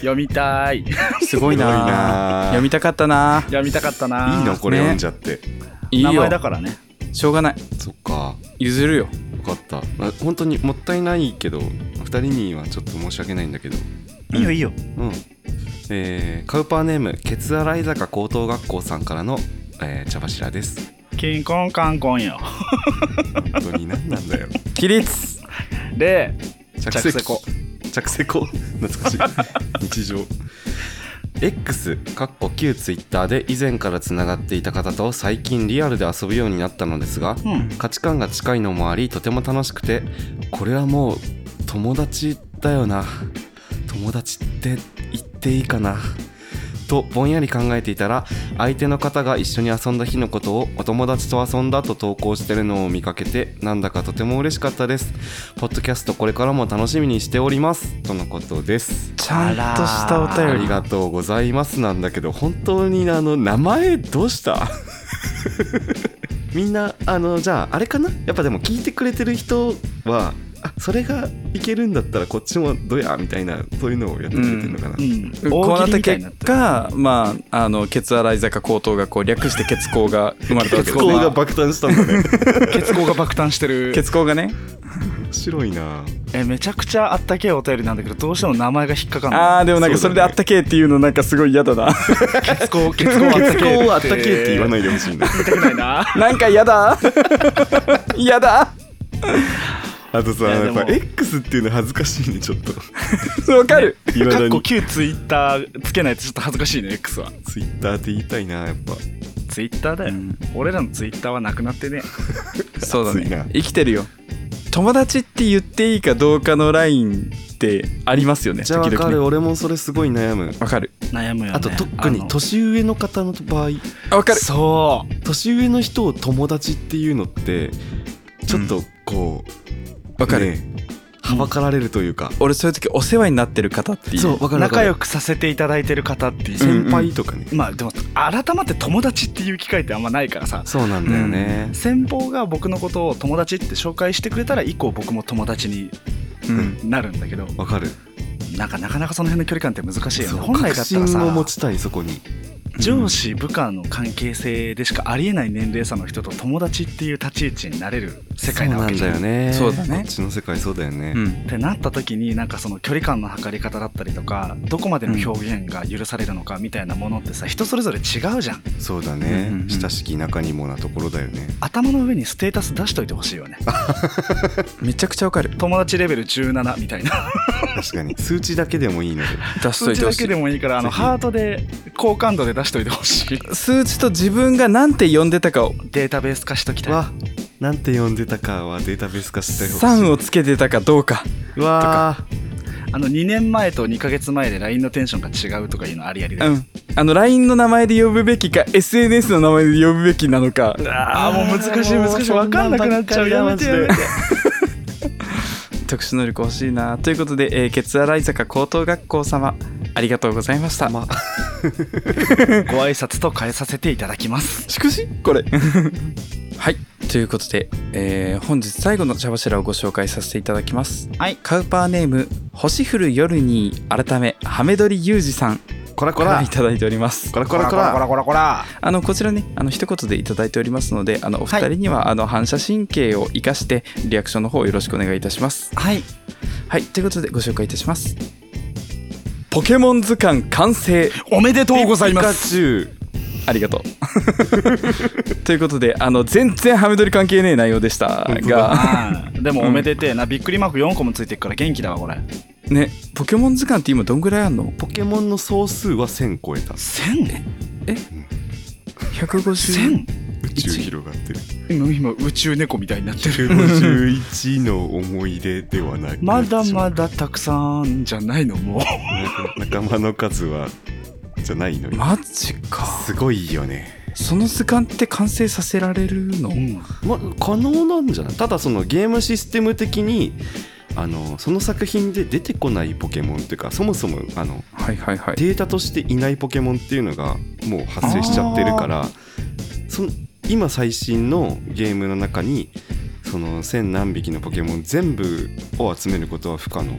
読みたい。 すごいなすごいな読みたかったな。 読みたかったな。 いいのこれね読んじゃって、 いいよ名前だからね。 しょうがない、 そっか譲るよ。 分かった。まあ本当にもったいないけどふたりにはちょっと申し訳ないんだけど、 いいよいいよ。 うんえー、カウパーネームケツ洗坂高等学校さんからの、えー、茶柱です。 キンコンカンコンよ。 本当に何なんだよ。 起立。 で、 着着セコ着セコ懐かしい日常 X かっこ旧ツイッターで以前からつながっていた方と最近リアルで遊ぶようになったのですが、 うん。 価値観が近いのもありとても楽しくて、これはもう友達だよな、友達って言っていいかなとぼんやり考えていたら、相手の方が一緒に遊んだ日のことをお友達と遊んだと投稿してるのを見かけて、なんだかとても嬉しかったです。ポッドキャストこれからも楽しみにしておりますとのことです。 ちゃんとしたおあ便り。 りがとうございますなんだけど、本当にあの名前どうしたみんなあのじゃああれかな、やっぱでも聞いてくれてる人はあそれがいけるんだったらこっちもどやみたいな、そういうのをやってくれてるのかな、 うん。 こうなった大喜利みたいにな結ってる。 果、まあ、あのケツ洗坂高等学校略してケツ高が生まれたわけ結ですね。 構が爆誕したんだねケツコが爆誕してる。 ケツ高がね。 面白いな。 え、めちゃくちゃあったけえお便りなんだけど、どうしても名前が引っかかんない。 あーでもなんかそだねそうれであったけえっていうのなんかすごい嫌だな。 ケツコ、ケツコあったけえ。 結構あったけって言わないでほしいんだ。 言いたくないな。 なんか嫌だ。嫌だ。 あとさ、 いやでもやっぱ X っていうの恥ずかしいねちょっと。 わかる。 いまだにかっこ旧ツイッターつけないとちょっと恥ずかしいね、X は。 Twitter って言いたいなやっぱ。 ツイッターだよ。 うん俺らのツイッターはなくなってね。 そうだ熱いなね。生きてるよ。友達って言っていいかどうかのラインってありますよね。 じゃあわかる、 時々ね。 俺もそれすごい悩む。 わかる。 悩むよね。 あと特にあの年上の方の場合、 あわかる。 そう年上の人を友達っていうのってちょっとこう、 わかる。 ねはばかられるというか、 俺そういう時お世話になってる方っていう。 そうわかるわかる。 仲良くさせていただいてる方っていう、 先輩とかね、 まあでも改まって友達っていう機会ってあんまないからさ、 そうなんだよね、 先方が僕のことを友達って紹介してくれたら以降僕も友達にうん。 なるんだけど、 わかる。 なんかなかなかその辺の距離感って難しいよね。 そう本来だったら確信を持さ、 ちたいそこに。 上司部下の関係性でしかありえない年齢差の人と友達っていう立ち位置になれる世界なわけじゃん。 そうなんだよね。 そうだねこっちの世界そうだよね、 うん。 ってなった時になんかその距離感の測り方だったりとか、どこまでの表現が許されるのかみたいなものってさ、人それぞれ違うじゃん。 そうだね、 うんうんうん親しき仲にもなところだよね。 頭の上にステータス出しといてほしいよね。 めちゃくちゃわかる。 友達レベルじゅうななみたいな。 確かに数値だけでもいいので。 出しと数値だいてほしい。 けでもいいから、あのぜひハートで好感度で出しといてほしい。 数値と自分がなんて呼んでたかをデータベース化しときたい。 わなんて呼んでたかはデータベース化してほしい。 さんをつけてたかどうか。 うわあのにねんまえとにかげつまえで ライン のテンションが違うとかいうのありありだよ。 うん。あの ライン の名前で呼ぶべきか エスエヌエス の名前で呼ぶべきなのか。 ああもう難しい難しい、分かんなくなっちゃう。やめてやめて。 特殊能力欲しいなということで、えー、ケツ洗坂高等学校様ありがとうございました。 まご挨拶と変えさせていただきます。 しくしこれはいということで、えー本日最後の茶柱をご紹介させていただきます。 はい。 カウパーネーム星降る夜に改めハメドリユージさんこらこかららいただいております。 こらこらここらこららこらこら。 あのこちらねあの一言でいただいておりますので、あのお二人には、あの反射神経を生かしてリアクションの方よろしくお願いいたします。 はい。 はいということでご紹介いたします。ポケモン図鑑完成。 おめでとうございまピカす。 チュウありがとうということで、あの全然ハメ撮り関係ねえ内容でした本当があーでもおめでてえな、びっくりマークよんこもついてるから元気だわこれ。 ね、ポケモン図鑑って今どんぐらいあんの？ ポケモンの総数はせん超えた。 せんねひゃくごじゅう。 せん宇宙広がってる。 今今宇宙猫みたいになってる。 ひゃくごじゅういちの思い出ではない。 まだまだたくさんじゃないのもう。 仲間の数はじゃないのよ。 マジか。 すごいよね。 その図鑑って完成させられるの？ ま可能なんじゃない？ただそのゲームシステム的にあのその作品で出てこないポケモンっていうか、そもそもあのはいはいはい。 データとしていないポケモンっていうのがもう発生しちゃってるから、その今最新のゲームの中にその千何匹のポケモン全部を集めることは不可能。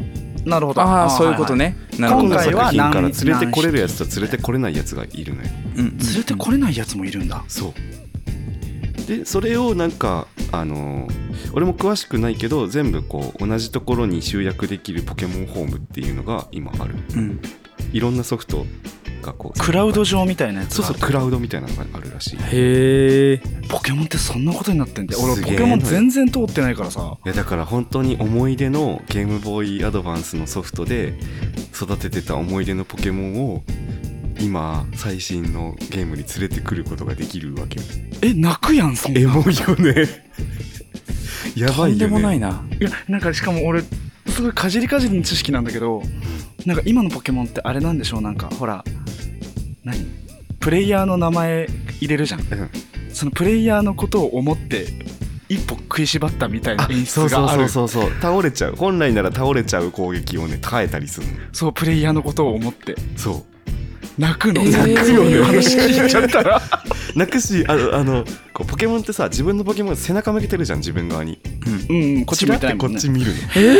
なるほど。 ああ、 ーそういうことね。なるほど。 今回は過去の作品から何連れてこれるやつと連れてこれないやつがいるのよ。 うんうん連れてこれないやつもいるんだ。 そうでそれをなんかあのー俺も詳しくないけど全部こう同じところに集約できるポケモンホームっていうのが今ある。 うんいろんなソフトがこうクラウド上みたいなやつがある。 そうそうクラウドみたいなのがあるらしい。いへえ。 ポケモンってそんなことになってんだよ。俺すげえポケモン全然通ってないからさ。 やだから本当に思い出のゲームボーイアドバンスのソフトで育ててた思い出のポケモンを今最新のゲームに連れてくることができるわけよ。 え、泣くやんそんな。 エモいよねやばいよね。 とんでもないな。 いやなんかしかも俺すごいかじりかじりの知識なんだけど、なんか今のポケモンってあれなんでしょう。なんかほら何プレイヤーの名前入れるじゃん。 うんそのプレイヤーのことを思って一歩食いしばったみたいな演そうそう出がある。 そうそうそう倒れちゃう本来なら倒れちゃう攻撃をね耐えたりするの。 そうプレイヤーのことを思ってそう泣くの、 えー泣くよね話聞いちゃったら泣くしあのあのこうポケモンってさ自分のポケモン背中向けてるじゃん自分側に。 うん、うん、こっち見たいもんね。 チラってこっち見るの。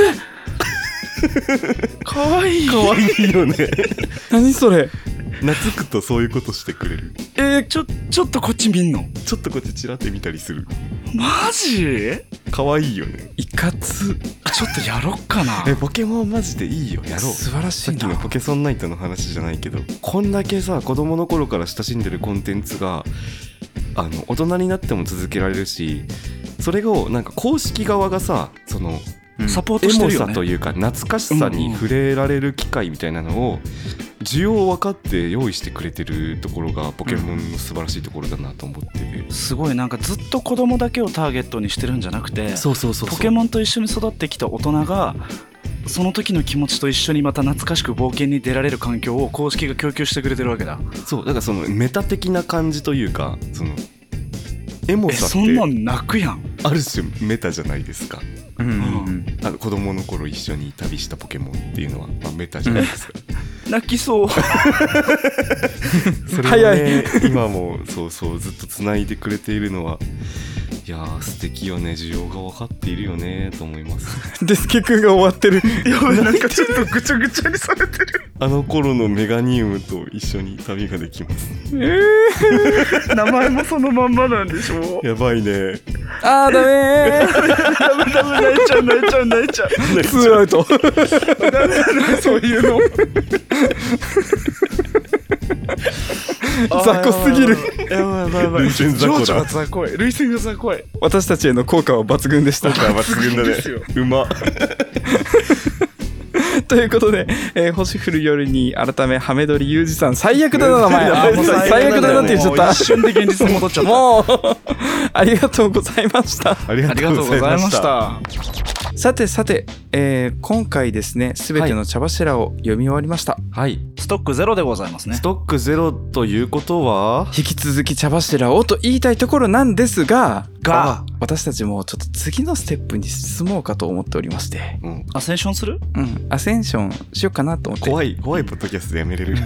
かわいい。 可愛いよね何それ。 懐くとそういうことしてくれる。 えー、ちょちょっとこっち見んの。 ちょっとこっちチラって見たりする。 マジ？ 可愛いよね。 いかつ。 ちょっとやろっかな。 えポケモンマジでいいよやろう。 素晴らしいな。 さっきのポケソンナイトの話じゃないけどこんだけさ子供の頃から親しんでるコンテンツがあの大人になっても続けられるしそれをなんか公式側がさそのうんサポートエモしてるよね。 さというか懐かしさに触れられる機会みたいなのを需要を分かって用意してくれてるところがポケモンの素晴らしいところだなと思ってて。 すごいなんかずっと子供だけをターゲットにしてるんじゃなくて、 そうそうそうそうポケモンと一緒に育ってきた大人がその時の気持ちと一緒にまた懐かしく冒険に出られる環境を公式が供給してくれてるわけだ。 そうだからそのメタ的な感じというかそのエモえさっそんなんて泣くやん。 ある種メタじゃないですか。 うんうんうんあの子供の頃一緒に旅したポケモンっていうのは、まあ、メタじゃないですか。 泣きそう。 それをね今もそうそうずっとつないでくれているのはいやー素敵よね。需要が分かっているよねと思います。 デスケ君が終わってる。 やばいなんかちょっとぐちゃぐちゃにされてる。 あの頃のメガニウムと一緒に旅ができます。 名前もそのまんまなんでしょ。 やばいね。 あーダメー。 ダメダメ泣いちゃう泣いちゃう泣いちゃう。 ツーアウト。 ダメだねそういうの。 雑魚すぎる。 やばいやばいやばい。 涙腺雑魚だ情緒が雑魚い。涙腺が雑魚い。 私たちへの効果は抜群でした。 抜群だねですよ。 うま。 ということで、えー星降る夜に改めハメドリユージさん最悪だな名前。あーもう最悪だなって言っちゃった。 もう一瞬で現実に戻っちゃった。 もうありがとうございました。 ありがありがとうございまし。た。 さてさて、えー今回ですねすべての茶柱を読み終わりました。 はい。 ストックゼロでございますねス。トックゼロということは引き続き茶柱をと言いたいところなんですがが私たちもちょっと次のステップに進もうかと思っておりまして、 うん、 アセンションする？ うん、アセンションしようかなと思って。 怖い怖いポッドキャストでやめれる。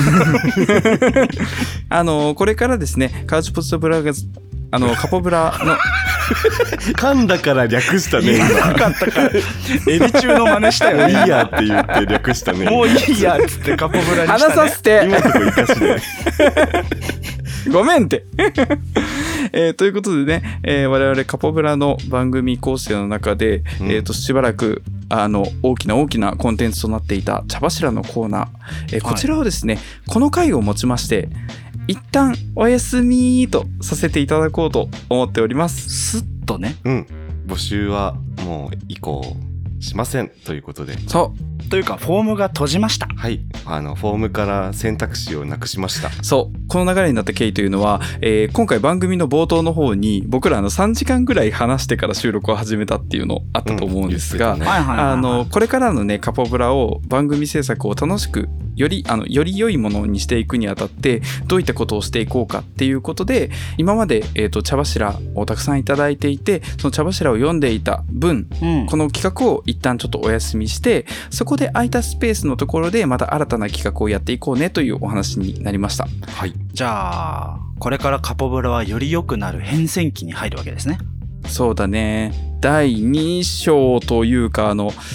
あのこれからですねカウチポテトブラガーズあのカポブラの噛んだから略したね今。 なかったから。エビ中の真似したよいいね。 やって言って略したね。 もういいやっつってカポブラに話したね。 させて今のとこ生かしで。 ごめんってえーということでね、えー我々カポブラの番組構成の中で、 うんえーとしばらくあの大きな大きなコンテンツとなっていた茶柱のコーナー、えーこちらをですね、この回をもちまして一旦お休みとさせていただこうと思っております。 スッとね。 うん。募集はもう以降しませんということで。 そうというかフォームが閉じました。 はい。あのフォームから選択肢をなくしました。 そうこの流れになった経緯というのは、えー今回番組の冒頭の方に僕らあのさんじかんぐらい話してから収録を始めたっていうのあったと思うんですが、 うん言ってたねはいはいはいはい。 あのこれからのねカポブラを番組制作を楽しくよりあのより良いものにしていくにあたってどういったことをしていこうかっていうことで今まで、えーと茶柱をたくさんいただいていてその茶柱を読んでいた分うん、 この企画を一旦ちょっとお休みしてそこで空いたスペースのところでまた新たな企画をやっていこうねというお話になりました。 はい。 じゃあこれからカポブラはより良くなる変遷期に入るわけですね。 そうだねだいに章というかあの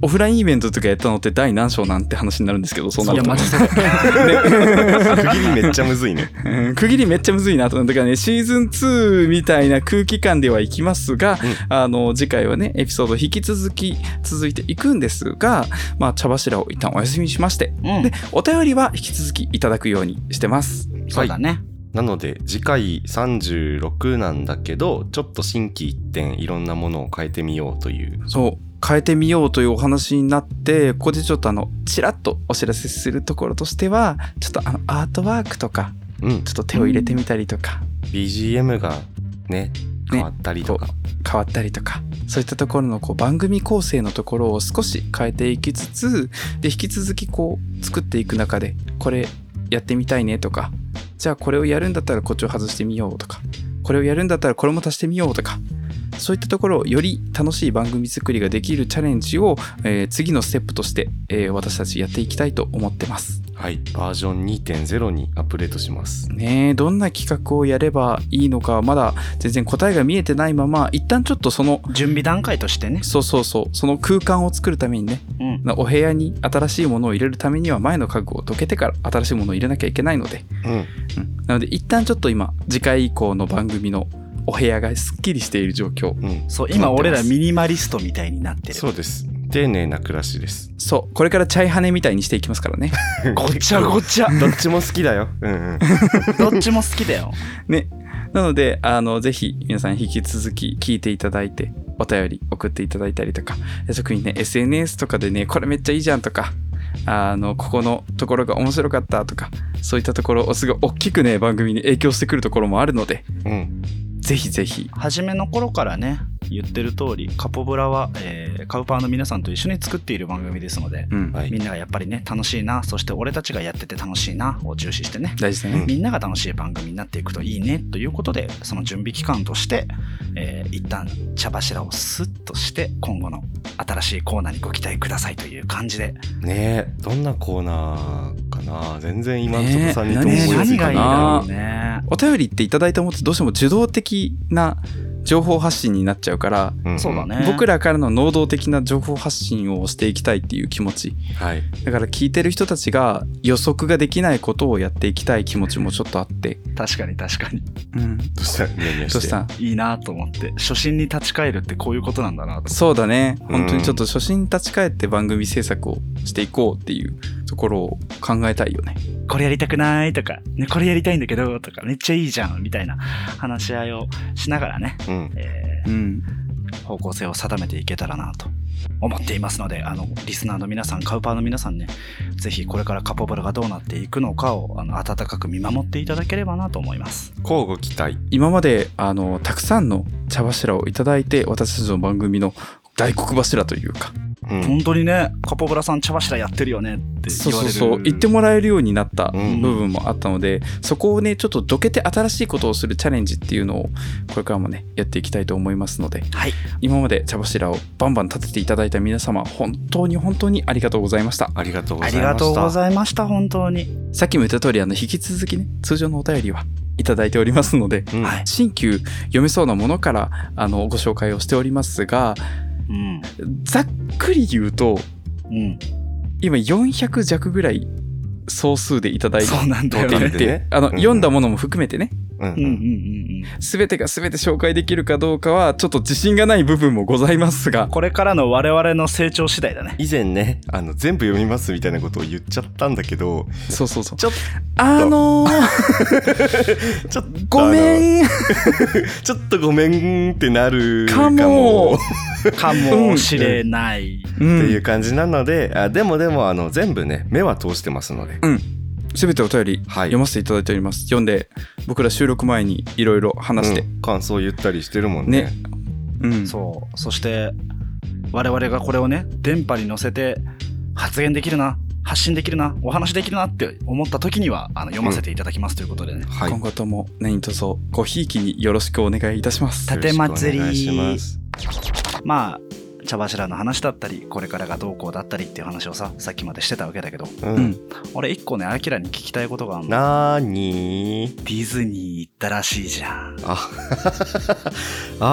オフラインイベントとかやったのって第何章なんて話になるんですけど、そうなるといやマジで区切りめっちゃむずいね。 うん区切りめっちゃむずいなと。だからね、シーズンツーみたいな空気感ではいきますが、 うんあの次回はねエピソード引き続き続いていくんですが、まあ茶柱を一旦お休みしまして、 うんでお便りは引き続きいただくようにしてます。 そうだね。 なので次回さんじゅうろくなんだけど、ちょっと心機一転いろんなものを変えてみようという。 そう変えてみようというお話になって、ここでちょっとあのちらっとお知らせするところとしては、ちょっとあのアートワークとかうんちょっと手を入れてみたりとか、 ビージーエム がね変わったりとか、 変わったりとか、そういったところのこう番組構成のところを少し変えていきつつ、で引き続きこう作っていく中で、これやってみたいねとか、じゃあこれをやるんだったらこっちを外してみようとか、これをやるんだったらこれも足してみようとか、そういったところをより楽しい番組作りができるチャレンジを、えー次のステップとして、えー私たちやっていきたいと思ってます。 はいバージョン にてんゼロ にアップデートします。 ねえ、どんな企画をやればいいのかまだ全然答えが見えてないまま、一旦ちょっとその準備段階としてね。 そうそうそうその空間を作るためにね、 うん。 お部屋に新しいものを入れるためには前の家具をどけてから新しいものを入れなきゃいけないので、 うんうん、なので一旦ちょっと今次回以降の番組のお部屋がすっきりしている状況。 うんそう、今俺らミニマリストみたいになってる。 そうです。丁寧な暮らしです。 そうこれからチャイハネみたいにしていきますからねごっちゃごっちゃ。 どっちも好きだよ。うんうん。 どっちも好きだよ。 ね。なのであのぜひ皆さん引き続き聞いていただいて、お便り送っていただいたりとか、特にね エスエヌエス とかでねこれめっちゃいいじゃんとか、あのここのところが面白かったとか、そういったところをすごい大きくね番組に影響してくるところもあるので、 うんぜひぜひ。 初めの頃からね、言ってる通り、カポブラは、えーカウパーの皆さんと一緒に作っている番組ですので、 うん、 はいみんながやっぱりね、楽しいな、そして俺たちがやってて楽しいなを重視してね、 大事だね、 うんみんなが楽しい番組になっていくといいねということで、その準備期間として、えー一旦茶柱をスッとして、今後の新しいコーナーにご期待くださいという感じで。 ねえどんなコーナーかな、全然今んとこさんにともねえ思いつい何がいいたな。 だろうね。 お便りっていただいたものってどうしても受動的な情報発信になっちゃうから、 んんそうだね。 僕らからの能動的な情報発信をしていきたいっていう気持ちはいだから、聞いてる人たちが予測ができないことをやっていきたい気持ちもちょっとあって、 確かに確かに。 うん、 どうしたらニヤニヤしてどうしたいいなと思って、初心に立ち返るってこういうことなんだなと。 そうだね、 うん本当にちょっと初心に立ち返って番組制作をしていこうっていうところを考えたいよね。 これやりたくないとか、ね、これやりたいんだけどとか、めっちゃいいじゃんみたいな話し合いをしながらね、 うんえうんー方向性を定めていけたらなと思っていますので、あのリスナーの皆さん、カウパーの皆さんね、ぜひこれからカポブラがどうなっていくのかをあの温かく見守っていただければなと思います。 交互期待。 今まであのたくさんの茶柱をいただいて、私たちの番組の大黒柱というか、 うん本当にね、カポブラさん茶柱やってるよねってそう言われる。 そうそう言ってもらえるようになったうん部分もあったので、そこをねちょっとどけて新しいことをするチャレンジっていうのをこれからもねやっていきたいと思いますので、 はい、 今まで茶柱をバンバン立てていただいた皆様、本当に本当にありがとうございました。 ありがとうござあいました。 りがとうございました。本当に。 さっきも言った通り、あの引き続きね通常のお便りはいただいておりますので、 うんはい。 新旧読めそうなものからあのご紹介をしておりますが、 うん。 ざっくり言うとうん。 今よんひゃく弱ぐらい総数でいただいてそうなんだよトータルね。 でねあの、 うん読んだものも含めてね、 うんうんうんうんうん。 全てが全て紹介できるかどうかはちょっと自信がない部分もございますが、 これからの我々の成長次第だね。 以前ねあの全部読みますみたいなことを言っちゃったんだけど、 そうそうそう、 ちょっあのー、 ちょっとごめんあのちょっとごめんってなるかもかもしれない。 うっていうん感じなので、あでもでもあの全部ね目は通してますので、 全てお便りはい読ませていただいております。読んで僕ら収録前にいろいろ話して、 うん感想言ったりしてるもんね。 ね、うん、 そう。そして、我々がこれをね、電波に乗せて発言できるな、発信できるな、お話できるなって思った時には、あの読ませていただきますということでね。 はい。 今後とも何卒ごひいきによろしくお願いいたします。 たてまつりよろしくお願いしまあ、茶柱の話だったり、これからがどうこうだったりっていう話をさ、さっきまでしてたわけだけど、 ます。う。 うんん、 俺一個ね、アキラに聞きたいことがあるの。 なーにーディズニー行ったらしいじゃん。 あああ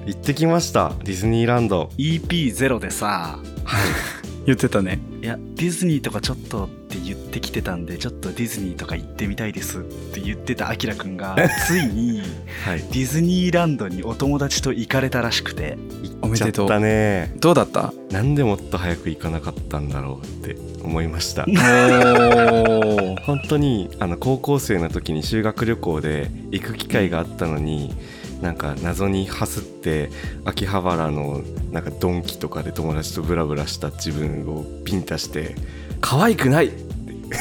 行ってきましたディズニーランド。 イーピーゼロ でさ、 言ってたね。 いやディズニーとかちょっとって言ってきてたんで、ちょっとディズニーとか行ってみたいですって言ってたあきらくんがついにはいディズニーランドにお友達と行かれたらしくて、 おめでとう。 行っちゃったね。 どうだった？ なんでもっと早く行かなかったんだろうって思いましたおー本当にあの高校生の時に修学旅行で行く機会があったのに、なんか謎にハスって秋葉原のなんかドンキとかで友達とブラブラした自分をビンタして可愛くないって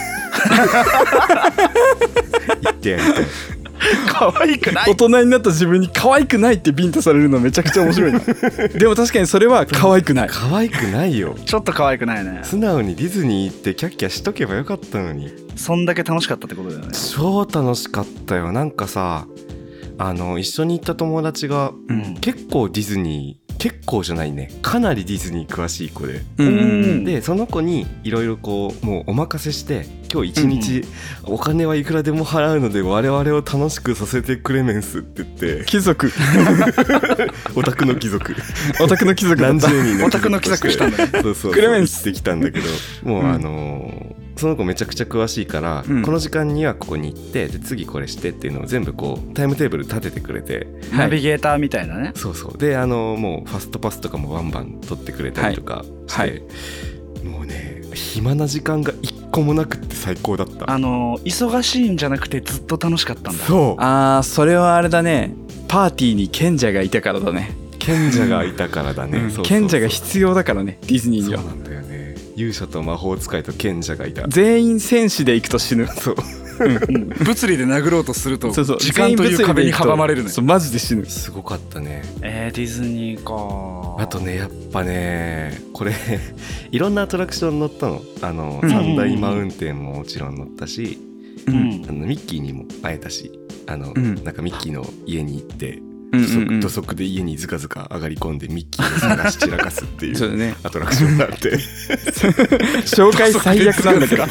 言ってやりたい。 可愛くない。 大人になった自分に可愛くないってビンタされるのめちゃくちゃ面白いなでも確かにそれは可愛くない。 可愛くないよ。 ちょっと可愛くないね。 素直にディズニー行ってキャッキャしとけばよかったのに。 そんだけ楽しかったってことだよね。 超楽しかったよ。なんかさ、あの一緒に行った友達がうん結構ディズニー結構じゃないねかなりディズニー詳しい子で、 うんうんでその子にいろいろこうもうお任せして、今日一日お金はいくらでも払うので我々を楽しくさせてくれメンスって言って貴族オタクの貴族オタクの貴族だった。 何十人のオタクの貴族したんだね。 そうそうそうクレメンス行ってきたんだけど、もう、 うんあのーその子めちゃくちゃ詳しいから、 うんこの時間にはここに行ってで次これしてっていうのを全部こうタイムテーブル立ててくれて、 はいナビゲーターみたいなね。 そうそうであのーもうファストパスとかもバンバン取ってくれたりとかして、 はいはいもうね暇な時間が一個もなくって最高だった。 あの忙しいんじゃなくてずっと楽しかったんだ。 そうあーそれはあれだね。パーティーに賢者がいたからだね。 賢者がいたからだね、 うんそうそうそう賢者が必要だからねディズニーには。 そうなんだよね。勇者と魔法使いと賢者がいた。 全員戦士で行くと死ぬ。 そううん物理で殴ろうとするとそうそう時間という壁に阻まれるね。 そうマジで死ぬ。 すごかったね。 えー、ディズニーか。 あとねやっぱねこれいろんなアトラクション乗ったの。あの、 うん三大マウンテンももちろん乗ったし、 ううんんあのミッキーにも会えたし、あの、 うんなんかミッキーの家に行ってうん土足,、 うんうん土足で家にずかずか上がり込んでミッキーを探し散らかすっていうそうだね。 アトラクションがあって紹介最悪なんだけど。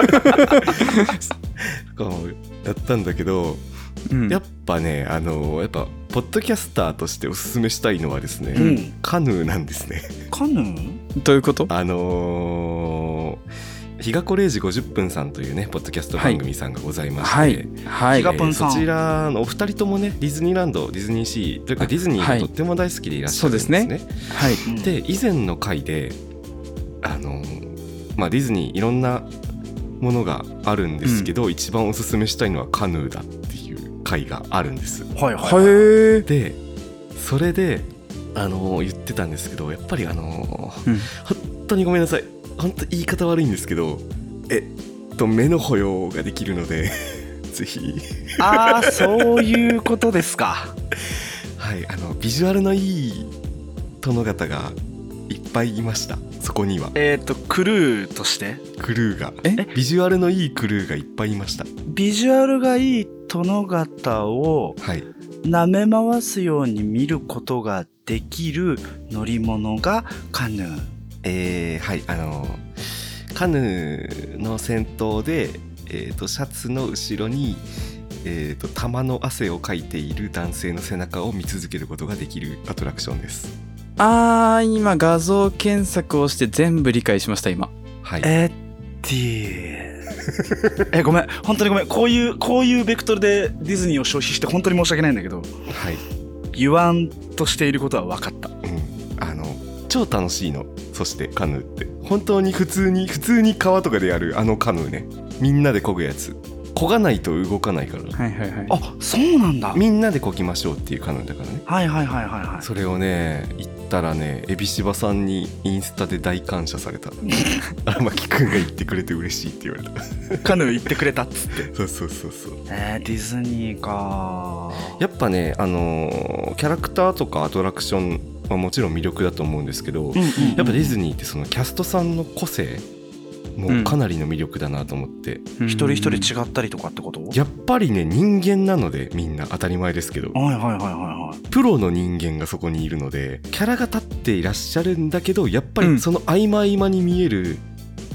こうやったんだけど、 うんやっぱねあのやっぱポッドキャスターとしておすすめしたいのはですね、 うんカヌーなんですね。 カヌー？ どういうこと？ あのー、日がこれいじごじゅっぷんさんというねポッドキャスト番組さんがございまして、 はいはい日がぷんさんそちらのお二人ともねディズニーランドディズニーシーというかディズニーがとっても大好きでいらっしゃるんですね。 そうですはいうんで以前の回であのーまあディズニーいろんなものがあるんですけど、一番おすすめしたいのはカヌーだっていう回があるんです。 はいはい。 へえ。 でそれであのー言ってたんですけど、やっぱりあのーうん本当にごめんなさい、本当言い方悪いんですけど、えっと目の保養ができるのでぜひああ、そういうことですか。 はいあのビジュアルのいい殿方がいっぱいいました。そこにはえっとクルーとしてクルーがえビジュアルのいいクルーがいっぱいいました。 ビジュアルがいい殿方をはい舐め回すように見ることができる乗り物がカヌー。 えー、はいあのカヌーの先頭で、えー、とシャツの後ろに、えー、と玉の汗をかいている男性の背中を見続けることができるアトラクションです。 あー今画像検索をして全部理解しました今。 はいエッディえごめん本当にごめん、こういうこういうベクトルでディズニーを消費して本当に申し訳ないんだけど、 はい言わんとしていることは分かった。 うん、あの超楽しいの。そしてカヌーって本当に普通に普通に川とかでやるあのカヌーね、みんなで漕ぐやつ、漕がないと動かないから、 はいはいはい。 あ、そうなんだ。 みんなで漕ぎましょうっていうカヌーだからね。 はいはいはいはいはい。 それをね行ったらね、エビシバさんにインスタで大感謝された。荒牧くんが言ってくれて嬉しいって言われた。 カヌー行ってくれたっつって。 そうそうそうそう。 えー、ディズニーか。 やっぱねあのーキャラクターとかアトラクションはもちろん魅力だと思うんですけど、 うんうんうん、 やっぱディズニーってそのキャストさんの個性もかなりの魅力だなと思って、 一人一人違ったりとかってこと？ やっぱりね人間なのでみんな当たり前ですけど、 はいはいはいはいはい。 プロの人間がそこにいるのでキャラが立っていらっしゃるんだけど、やっぱりその合間合間に見える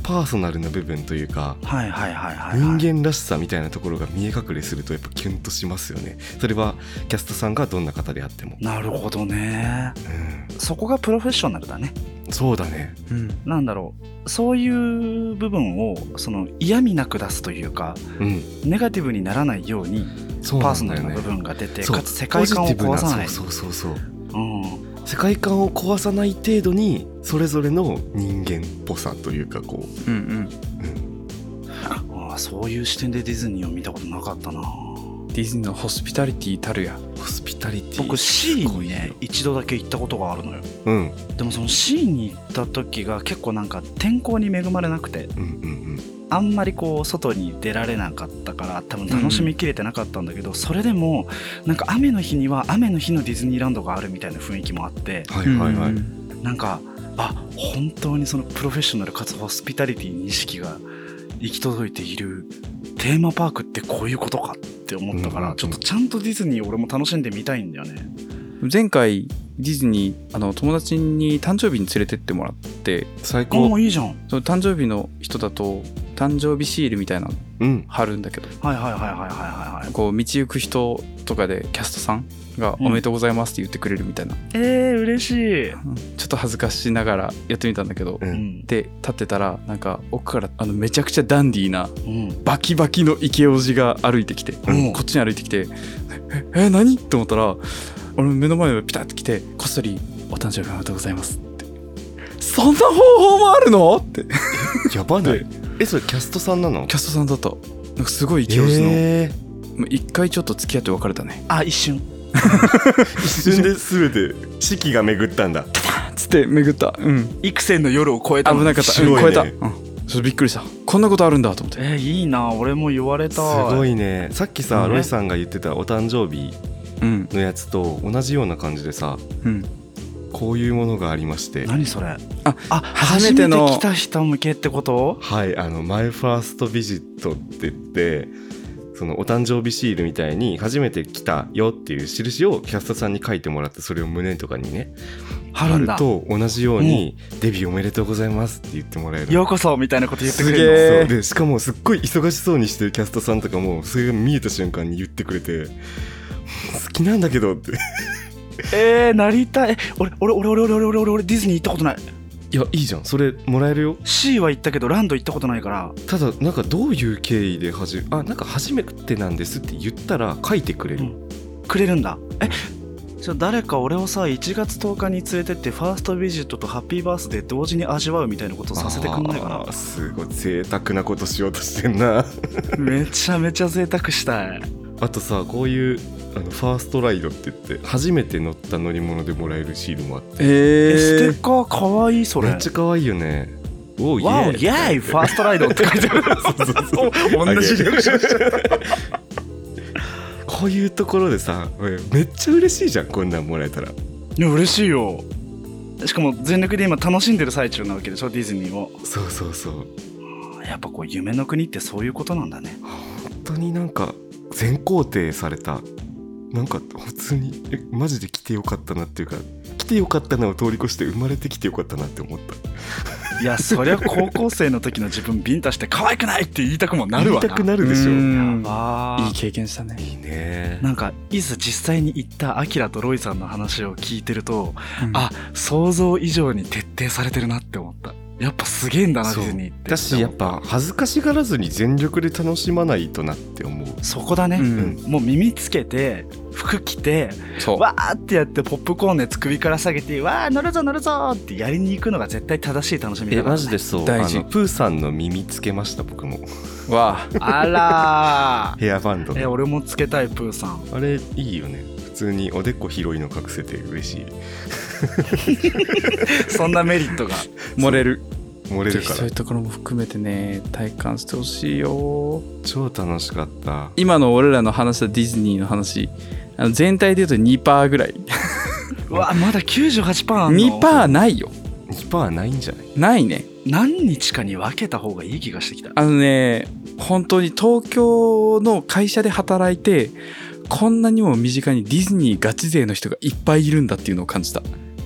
パーソナルな部分というか、 はいはいはいはい、はい、 人間らしさみたいなところが見え隠れするとやっぱキュンとしますよね。それはキャストさんがどんな方であっても。 なるほどね、 うん、 そこがプロフェッショナルだね。 そうだね、 うん、 なんだろう、そういう部分をその嫌味なく出すというか、 うん、 ネガティブにならないようにパーソナルな部分が出て、かつ世界観を壊さない。 そうそうそうそう、 うん、 世界観を壊さない程度にそれぞれの人間っぽさというかこう、 うんうん、 うん、あ、そういう視点でディズニーを見たことなかったな。 ディズニーのホスピタリティたるや。 ホスピタリティ、 僕 C にね一度だけ行ったことがあるのよ。 うん、 でもその C に行った時が結構なんか天候に恵まれなくて、 うんうんうん、 あんまりこう外に出られなかったから多分楽しみきれてなかったんだけど、うん、それでもなんか雨の日には雨の日のディズニーランドがあるみたいな雰囲気もあって、 はいはいはい、 なんかあ本当にそのプロフェッショナルかつホスピタリティに意識が行き届いているテーマパークってこういうことかって思ったから、うんうんうん、ちょっとちゃんとディズニー俺も楽しんでみたいんだよね。 前回ディズニーあの友達に誕生日に連れてってもらって、 最高。 おいいじゃん。 その誕生日の人だと誕生日シールみたいなの貼るんだけど、 うん、はいはいはいはいはいはい、 こう道行く人とかでキャストさんがおめでとうございますって言ってくれるみたいな、うん、 えー嬉しい、 うん、ちょっと恥ずかしながらやってみたんだけど、うん、で立ってたらなんか奥からあのめちゃくちゃダンディーな、うん、バキバキのイケオジが歩いてきて、うん、こっちに歩いてきてええ何って思ったら俺の目の前をピタッと来てこっそりお誕生日おめでとうございますって、そんな方法もあるのってやばないえそれキャストさんなの？ キャストさんだった。なんかすごいイケオジの、えー、一回ちょっと付き合って別れたね。 あ一瞬一瞬で全て四季が巡ったんだつって巡った、うん、 幾千の夜を超えた。 危なかった、 ね、 うん、超えた、うん、ちょっとびっくりした。こんなことあるんだと思って。 えー、いいな俺も言われた。 すごいね。さっきさ、うん、ロイさんが言ってたお誕生日のやつと同じような感じでさ、うん、こういうものがありまして。 何それ？ あ、 あ初めての初めて来た人向けってこと？ はい、あのマイファーストビジットって言ってそのお誕生日シールみたいに初めて来たよっていう印をキャストさんに書いてもらって、それを胸とかにね貼ると同じようにデビューおめでとうございますって言ってもらえる。 ようこそみたいなこと言ってくれるの。 そうでしかもすっごい忙しそうにしてるキャストさんとかもそれが見えた瞬間に言ってくれて好きなんだけどってえーなりたい。俺俺俺俺俺俺俺俺ディズニー行ったことない。 いやいいじゃん、それもらえるよ。 C は行ったけどランド行ったことないから。 ただなんかどういう経緯ではじあなんか初めてなんですって言ったら書いてくれる、うん、 くれるんだ。えじゃあ誰か俺をさいちがつとおかに連れてってファーストビジットとハッピーバースデー同時に味わうみたいなことをさせてくんないかな。 あすごい贅沢なことしようとしてんなめちゃめちゃ贅沢したい。 あとさこういうあのファーストライドって言って初めて乗った乗り物でもらえるシールもあって、 えー、ステッカーかわいい。それめっちゃかわいいよね。おーわおイエーイファーストライドって書いてあるそうそうそう同じリアクションしちゃったこういうところでさめっちゃ嬉しいじゃん、こんなんもらえたら。 いや嬉しいよ。しかも全力で今楽しんでる最中なわけでしょディズニーを。 そうそうそう。 やっぱこう夢の国ってそういうことなんだね。 本当になんか全肯定された。なんか普通にえマジで来てよかったなっていうか、来てよかったなを通り越して生まれてきてよかったなって思った。 いやそりゃ高校生の時の自分ビンタして可愛くないって言いたくもなるわな。 言いたくなるでしょ。 やばいい経験したね。 いいね。 なんかいざ実際に行ったアキラとロイさんの話を聞いてると、うん、あ想像以上に徹底されてるなって思った。やっぱすげえんだなディズニーって。 だしやっぱ恥ずかしがらずに全力で楽しまないとなって思う。 そこだね、うん、もう耳つけて服着てわーってやってポップコーンのやつ首から下げてわー乗るぞ乗るぞってやりに行くのが絶対正しい楽しみだから、ね、 えマジでそう。 大事。 あのプーさんの耳つけました僕も。 わーあらーヘアバンド。 え俺もつけたいプーさん。 あれいいよね。普通におでこ広いの隠せて嬉しいそんなメリットが漏れる漏れるから。 そういうところも含めてね体感してほしいよ。 超楽しかった。 今の俺らの話したディズニーの話あの全体で言うと にパーセント ぐらいうわまだ きゅうじゅうはちパーセント あんの。 にパーセント ないよ。 にパーセント ないんじゃない？ ないね。 何日かに分けた方がいい気がしてきた。 あのね本当に東京の会社で働いてこんなにも身近にディズニーガチ勢の人がいっぱいいるんだっていうのを感じた。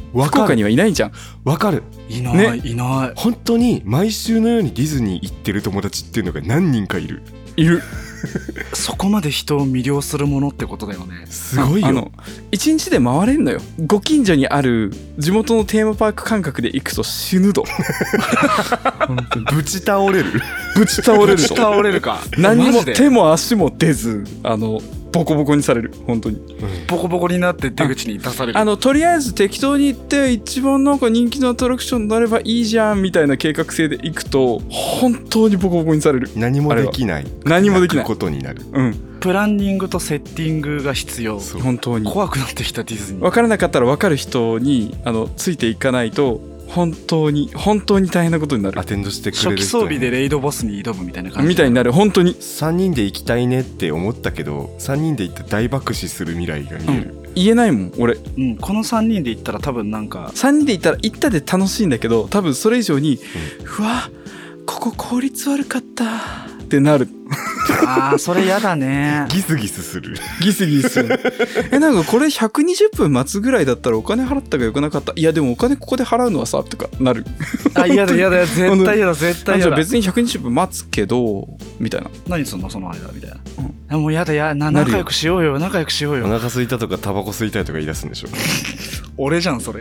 わかる福岡にはいないじゃん。 わかる。 いない、 ねいない。 本当に毎週のようにディズニー行ってる友達っていうのが何人かいる。 いる。 そこまで人を魅了するものってことだよね。 すごいよ。 あの一日で回れんのよ。ご近所にある地元のテーマパーク感覚で行くと死ぬど。本当にぶち倒れる。 ぶち倒れると。 倒れるか。 何もマジで手も足も出ず、あのボコボコにされる。本当に。 ボコボコになって出口に出される。 あのとりあえず適当に行って一番なんか人気のアトラクションになればいいじゃんみたいな計画性で行くと本当にボコボコにされる。 何もできない。 何もできないことになる。 うん。 プランニングとセッティングが必要。 そう本当に。 怖くなってきたディズニー。 分からなかったら分かる人にあのついていかないと本当に本当に大変なことになるアテンドしてくれ初る人期装備でレイドボスに挑むみたいな感じみたいになる。本当にさんにんで行きたいねって思ったけどさんにんで行って大爆死する未来が見える、 うん言えないもん俺。 うん、このさんにんで行ったら多分なんかさんにんで行ったら行ったで楽しいんだけど多分それ以上に、うわここ効率悪かったってなる。 あーそれやだね。 ギスギスする。 ギスギスする。えなんかこれひゃくにじゅっぷん待つぐらいだったらお金払ったがよくなかった。いやでもお金ここで払うのはさとかなる。 あ嫌だ嫌だ絶対嫌だ絶対嫌だ。 じゃあ別にひゃくにじゅっぷん待つけどみたいな。 何すんのその間みたいな、 うんえもうやだやななるよ仲良くしようよ仲良くしようおよ。 腹空いたとかタバコ吸いたいとか言い出すんでしょ。 俺じゃんそれ。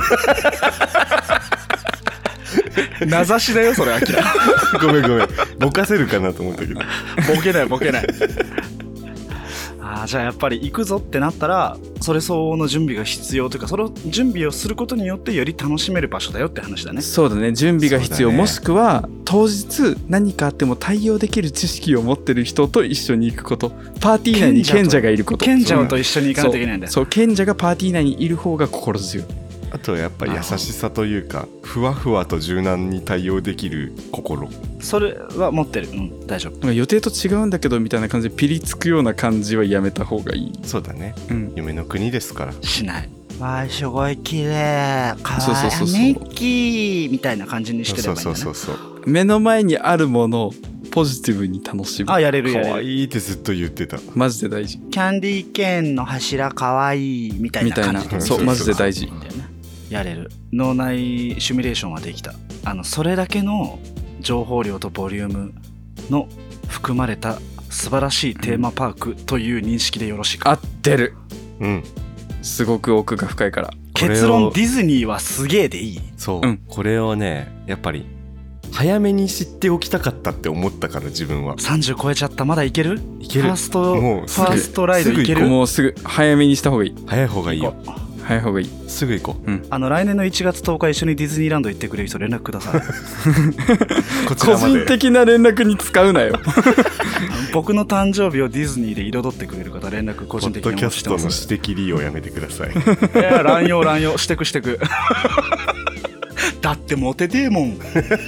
名指しだよそれアキラ。 ごめんごめんぼかせるかなと思ったけど。 ボケないボケない。あーじゃあやっぱり行くぞってなったらそれ相応の準備が必要というかその準備をすることによってより楽しめる場所だよって話だね。 そうだね準備が必要、 そうだねもしくは当日何かあっても対応できる知識を持ってる人と一緒に行くこと。パーティー内に賢者がいること。 賢者と一緒に行かないといけないんだよ。 そうそう賢者がパーティー内にいる方が心強い。 あとはやっぱり優しさというかふわふわと柔軟に対応できる心。 それは持ってる。うん大丈夫。 なんか予定と違うんだけどみたいな感じでピリつくような感じはやめた方がいい。 そうだね、 うん夢の国ですから。 しない。わーすごい綺麗かそうそうそうそうミッキーみたいな感じにしてればいいんだね。 そうそうそうそう目の前にあるものをポジティブに楽しむ。 あやれるやれる。 可愛いってずっと言ってた。 マジで大事キャンディーケーンの柱かわいいみたいな感じでみたいなそうマジで大事だよね。やれる。脳内シミュレーションはできた。あのそれだけの情報量とボリュームの含まれた素晴らしいテーマパークという認識でよろしいか。 合ってる。 うんすごく奥が深いから。 結論ディズニーはすげえでいい。 そう、 うんこれをねやっぱり早めに知っておきたかったって思ったから自分は。 さんじゅう超えちゃった。まだいける？ いけるファーストもうすぐファーストライドいける？ すぐ行こもうすぐ早めにした方がいい。 早い方がいいよ。 早い方がいい。 すぐ行こう。 あの来年のいちがつとおか一緒にディズニーランド行ってくれる人連絡ください。 個こちらまで人的な連絡に使うなよ。 僕の誕生日をディズニーで彩ってくれる方連絡個ポ人的におッドキャストの待ちしてます。 指摘利用やめてください。 いや乱用乱用してくしてく。だってモテてえもん。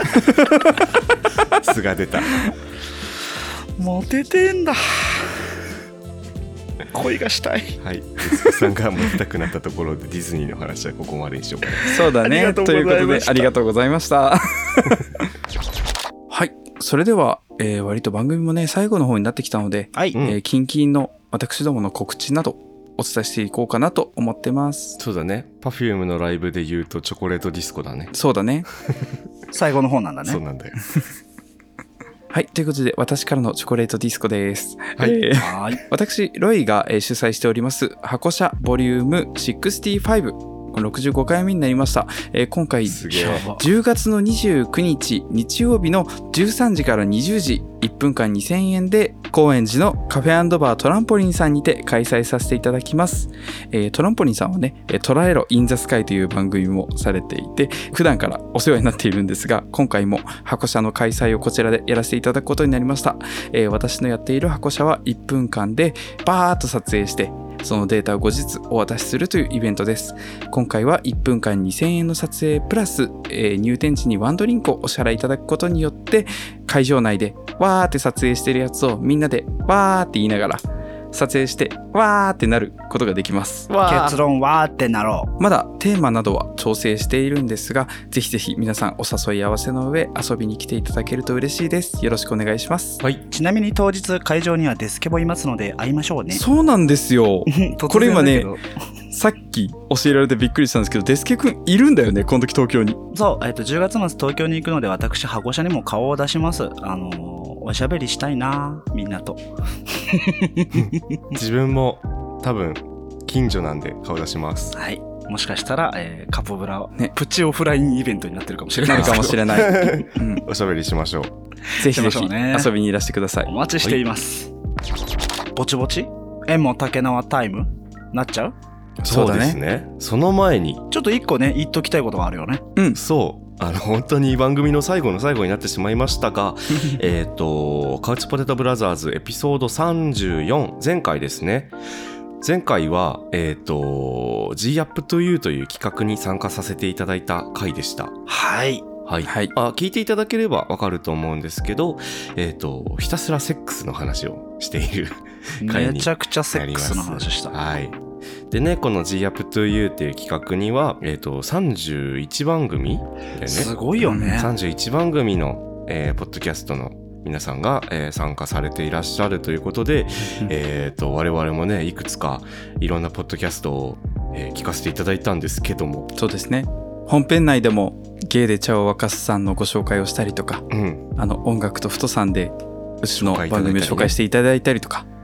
素が出た。 モテてえんだ。恋がしたい。 はい、デスクさんが持ちたくなったところでディズニーの話はここまでにしようかな。 そうだね。 ありがとうございましたということでありがとうございました。はい。それでは、えー割と番組もね最後の方になってきたので、 はい、 うんえー近々の私どもの告知などお伝えしていこうかなと思ってます。 そうだね、 Perfume のライブで言うとチョコレートディスコだね。 そうだね。 最後の方なんだね。 そうなんだよ。 はい。ということで私からのチョコレートディスコです。 はいえーはーい。 私ロイがえー主催しております箱車ボリュームろくじゅうご、これろくじゅうごかいめになりました。えー今回すげえ。 じゅうがつのにじゅうくにち日曜日のじゅうさんじからにじゅうじいっぷんかんにせんえんで高円寺のカフェ&バートランポリンさんにて開催させていただきます。えートランポリンさんはねトラエロインザスカイという番組もされていて普段からお世話になっているんですが今回も箱車の開催をこちらでやらせていただくことになりました。えー私のやっている箱車はいっぷんかんでバーッと撮影してそのデータを後日お渡しするというイベントです。今回はいっぷんかんにせんえんの撮影プラス、えー入店時にワンドリンクをお支払いいただくことによって会場内でわーって撮影してるやつをみんなでわーって言いながら撮影してわーってなることができます。 結論わーってなろう。 まだテーマなどは調整しているんですがぜひぜひ皆さんお誘い合わせの上遊びに来ていただけると嬉しいです。よろしくお願いします。 はい。 ちなみに当日会場にはデスケボいますので会いましょうね。 そうなんですよ。 突然だけどこれ今ねさっき教えられてびっくりしたんですけど、デスケくんいるんだよね、この時東京に。 そう、えっと、じゅうがつ末東京に行くので、私、保護者にも顔を出します。あのー、おしゃべりしたいな、みんなと。 自分も多分近所なんで顔出します。 はい。もしかしたら、えー、カポブラ、 ね、 プチオフラインイベントになってるかもしれないなるかもしれない、うん、 おしゃべりしましょう。 ぜひぜひ遊びにいらしてください。 お待ちしています。はい、ぼちぼち縁も竹縄タイムなっちゃう？ そうですね。その前にちょっと一個ね言っときたいことがあるよね。 うん、 そうあの本当に番組の最後の最後になってしまいましたがえっとカウチポテトブラザーズエピソードさんじゅうよん、前回ですね。前回はえっと G アップ to You という企画に参加させていただいた回でした。 はいはい、はい、あ聞いていただければわかると思うんですけど、えっとひたすらセックスの話をしている回になります。 めちゃくちゃセックスの話した。 はい。でね、この G アップ to You っていう企画には、えっと、さんじゅういちばんぐみでね。 すごいよね。 さんじゅういちばんぐみの、えー、ポッドキャストの皆さんが、えー、参加されていらっしゃるということで、えっと、我々もね、いくつかいろんなポッドキャストを、えー、聞かせていただいたんですけども。 そうですね。本編内でもゲイで茶を沸かすさんのご紹介をしたりとか、うん、あの音楽と太さんでうちの番組を紹介していただいたりとか、 うん、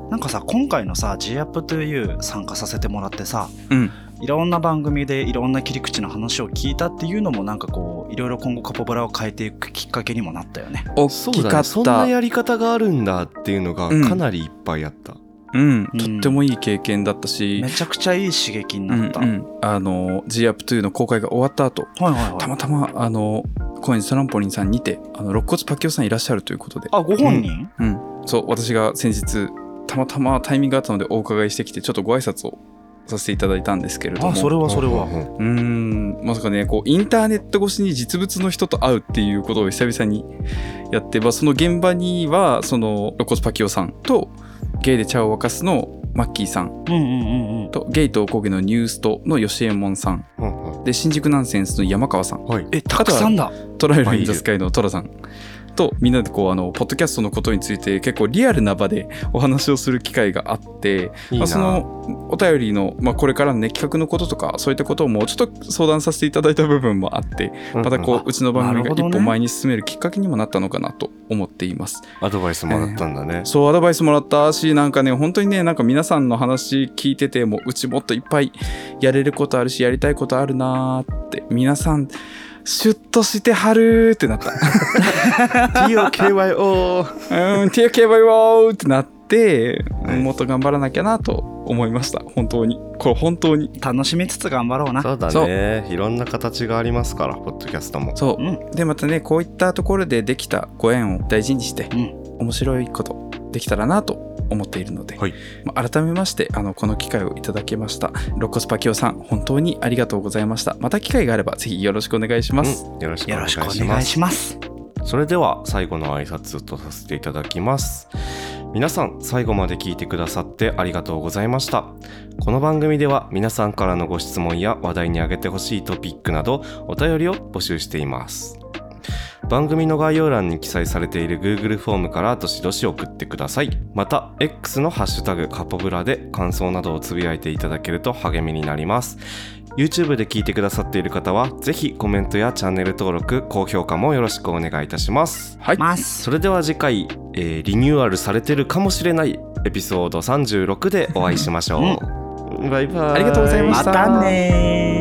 なんかさ今回のさ G アップ to You 参加させてもらってさ、うん、いろんな番組でいろんな切り口の話を聞いたっていうのもなんかこういろいろ今後カポブラを変えていくきっかけにもなったよね。 大きかった。 そんなやり方があるんだっていうのがかなりいっぱいあった、 うんうん、とってもいい経験だったし、 めちゃくちゃいい刺激になった、うんうん、 あの G アップ to You の公開が終わった後、はいはいはい、たまたまあの高円寺トランポリンさんにてあの肋骨パキオさんいらっしゃるということで、 あご本人、 うんうん、そう私が先日たまたまタイミングがあったのでお伺いしてきてちょっとご挨拶をさせていただいたんですけれども、 あそれはそれはうーんまさかねこうインターネット越しに実物の人と会うっていうことを久々にやって、まあ、その現場にはその肋骨パキオさんとゲイで茶を沸かすのマッキーさん、うんうんうんうん、とゲイとおこげのニュースとの吉右衛門さん、うんうん、で新宿ナンセンスの山川さん、はい、 えたくさんだ。 トライルインザスカイのトラさんとみんなでこうあのポッドキャストのことについて結構リアルな場でお話をする機会があっていい、まあ、そのお便りの、まあ、これからの、ね、企画のこととかそういったことをもうちょっと相談させていただいた部分もあってまたこう、うん、うちの番組が一歩前に進めるきっかけにもなったのかなと思っています。 アドバイスもらったんだね、 えー、そうアドバイスもらったしなんかね本当にねなんか皆さんの話聞いててもうちもっといっぱいやれることあるしやりたいことあるなーって皆さんシュッとしてはるーってなった ティーオーケーワイオーうん ティーオーケーワイオー ってなって、はい、もっと頑張らなきゃなと思いました。本当にこれ本当に楽しみつつ頑張ろうな。 そうだね。いろんな形がありますからポッドキャストもそう、うん、でまたねこういったところでできたご縁を大事にして、うん、面白いことできたらなと思っているので、はいまあ、改めましてあのこの機会をいただきました肋骨パキオさん本当にありがとうございました。また機会があればぜひよろしくお願いします、 うん、よろしくお願いします。お願いします。それでは最後の挨拶とさせていただきます。皆さん最後まで聞いてくださってありがとうございました。この番組では皆さんからのご質問や話題に挙げてほしいトピックなどお便りを募集しています。番組の概要欄に記載されている Google フォームからどしどし送ってください。また X のハッシュタグカポブラで感想などをつぶやいていただけると励みになります。 YouTube で聞いてくださっている方はぜひコメントやチャンネル登録高評価もよろしくお願いいたします。 はい、 それでは次回、えー、リニューアルされてるかもしれないエピソードさんじゅうろくでお会いしましょう、うん、バイバイ。 ありがとうございました。 またね。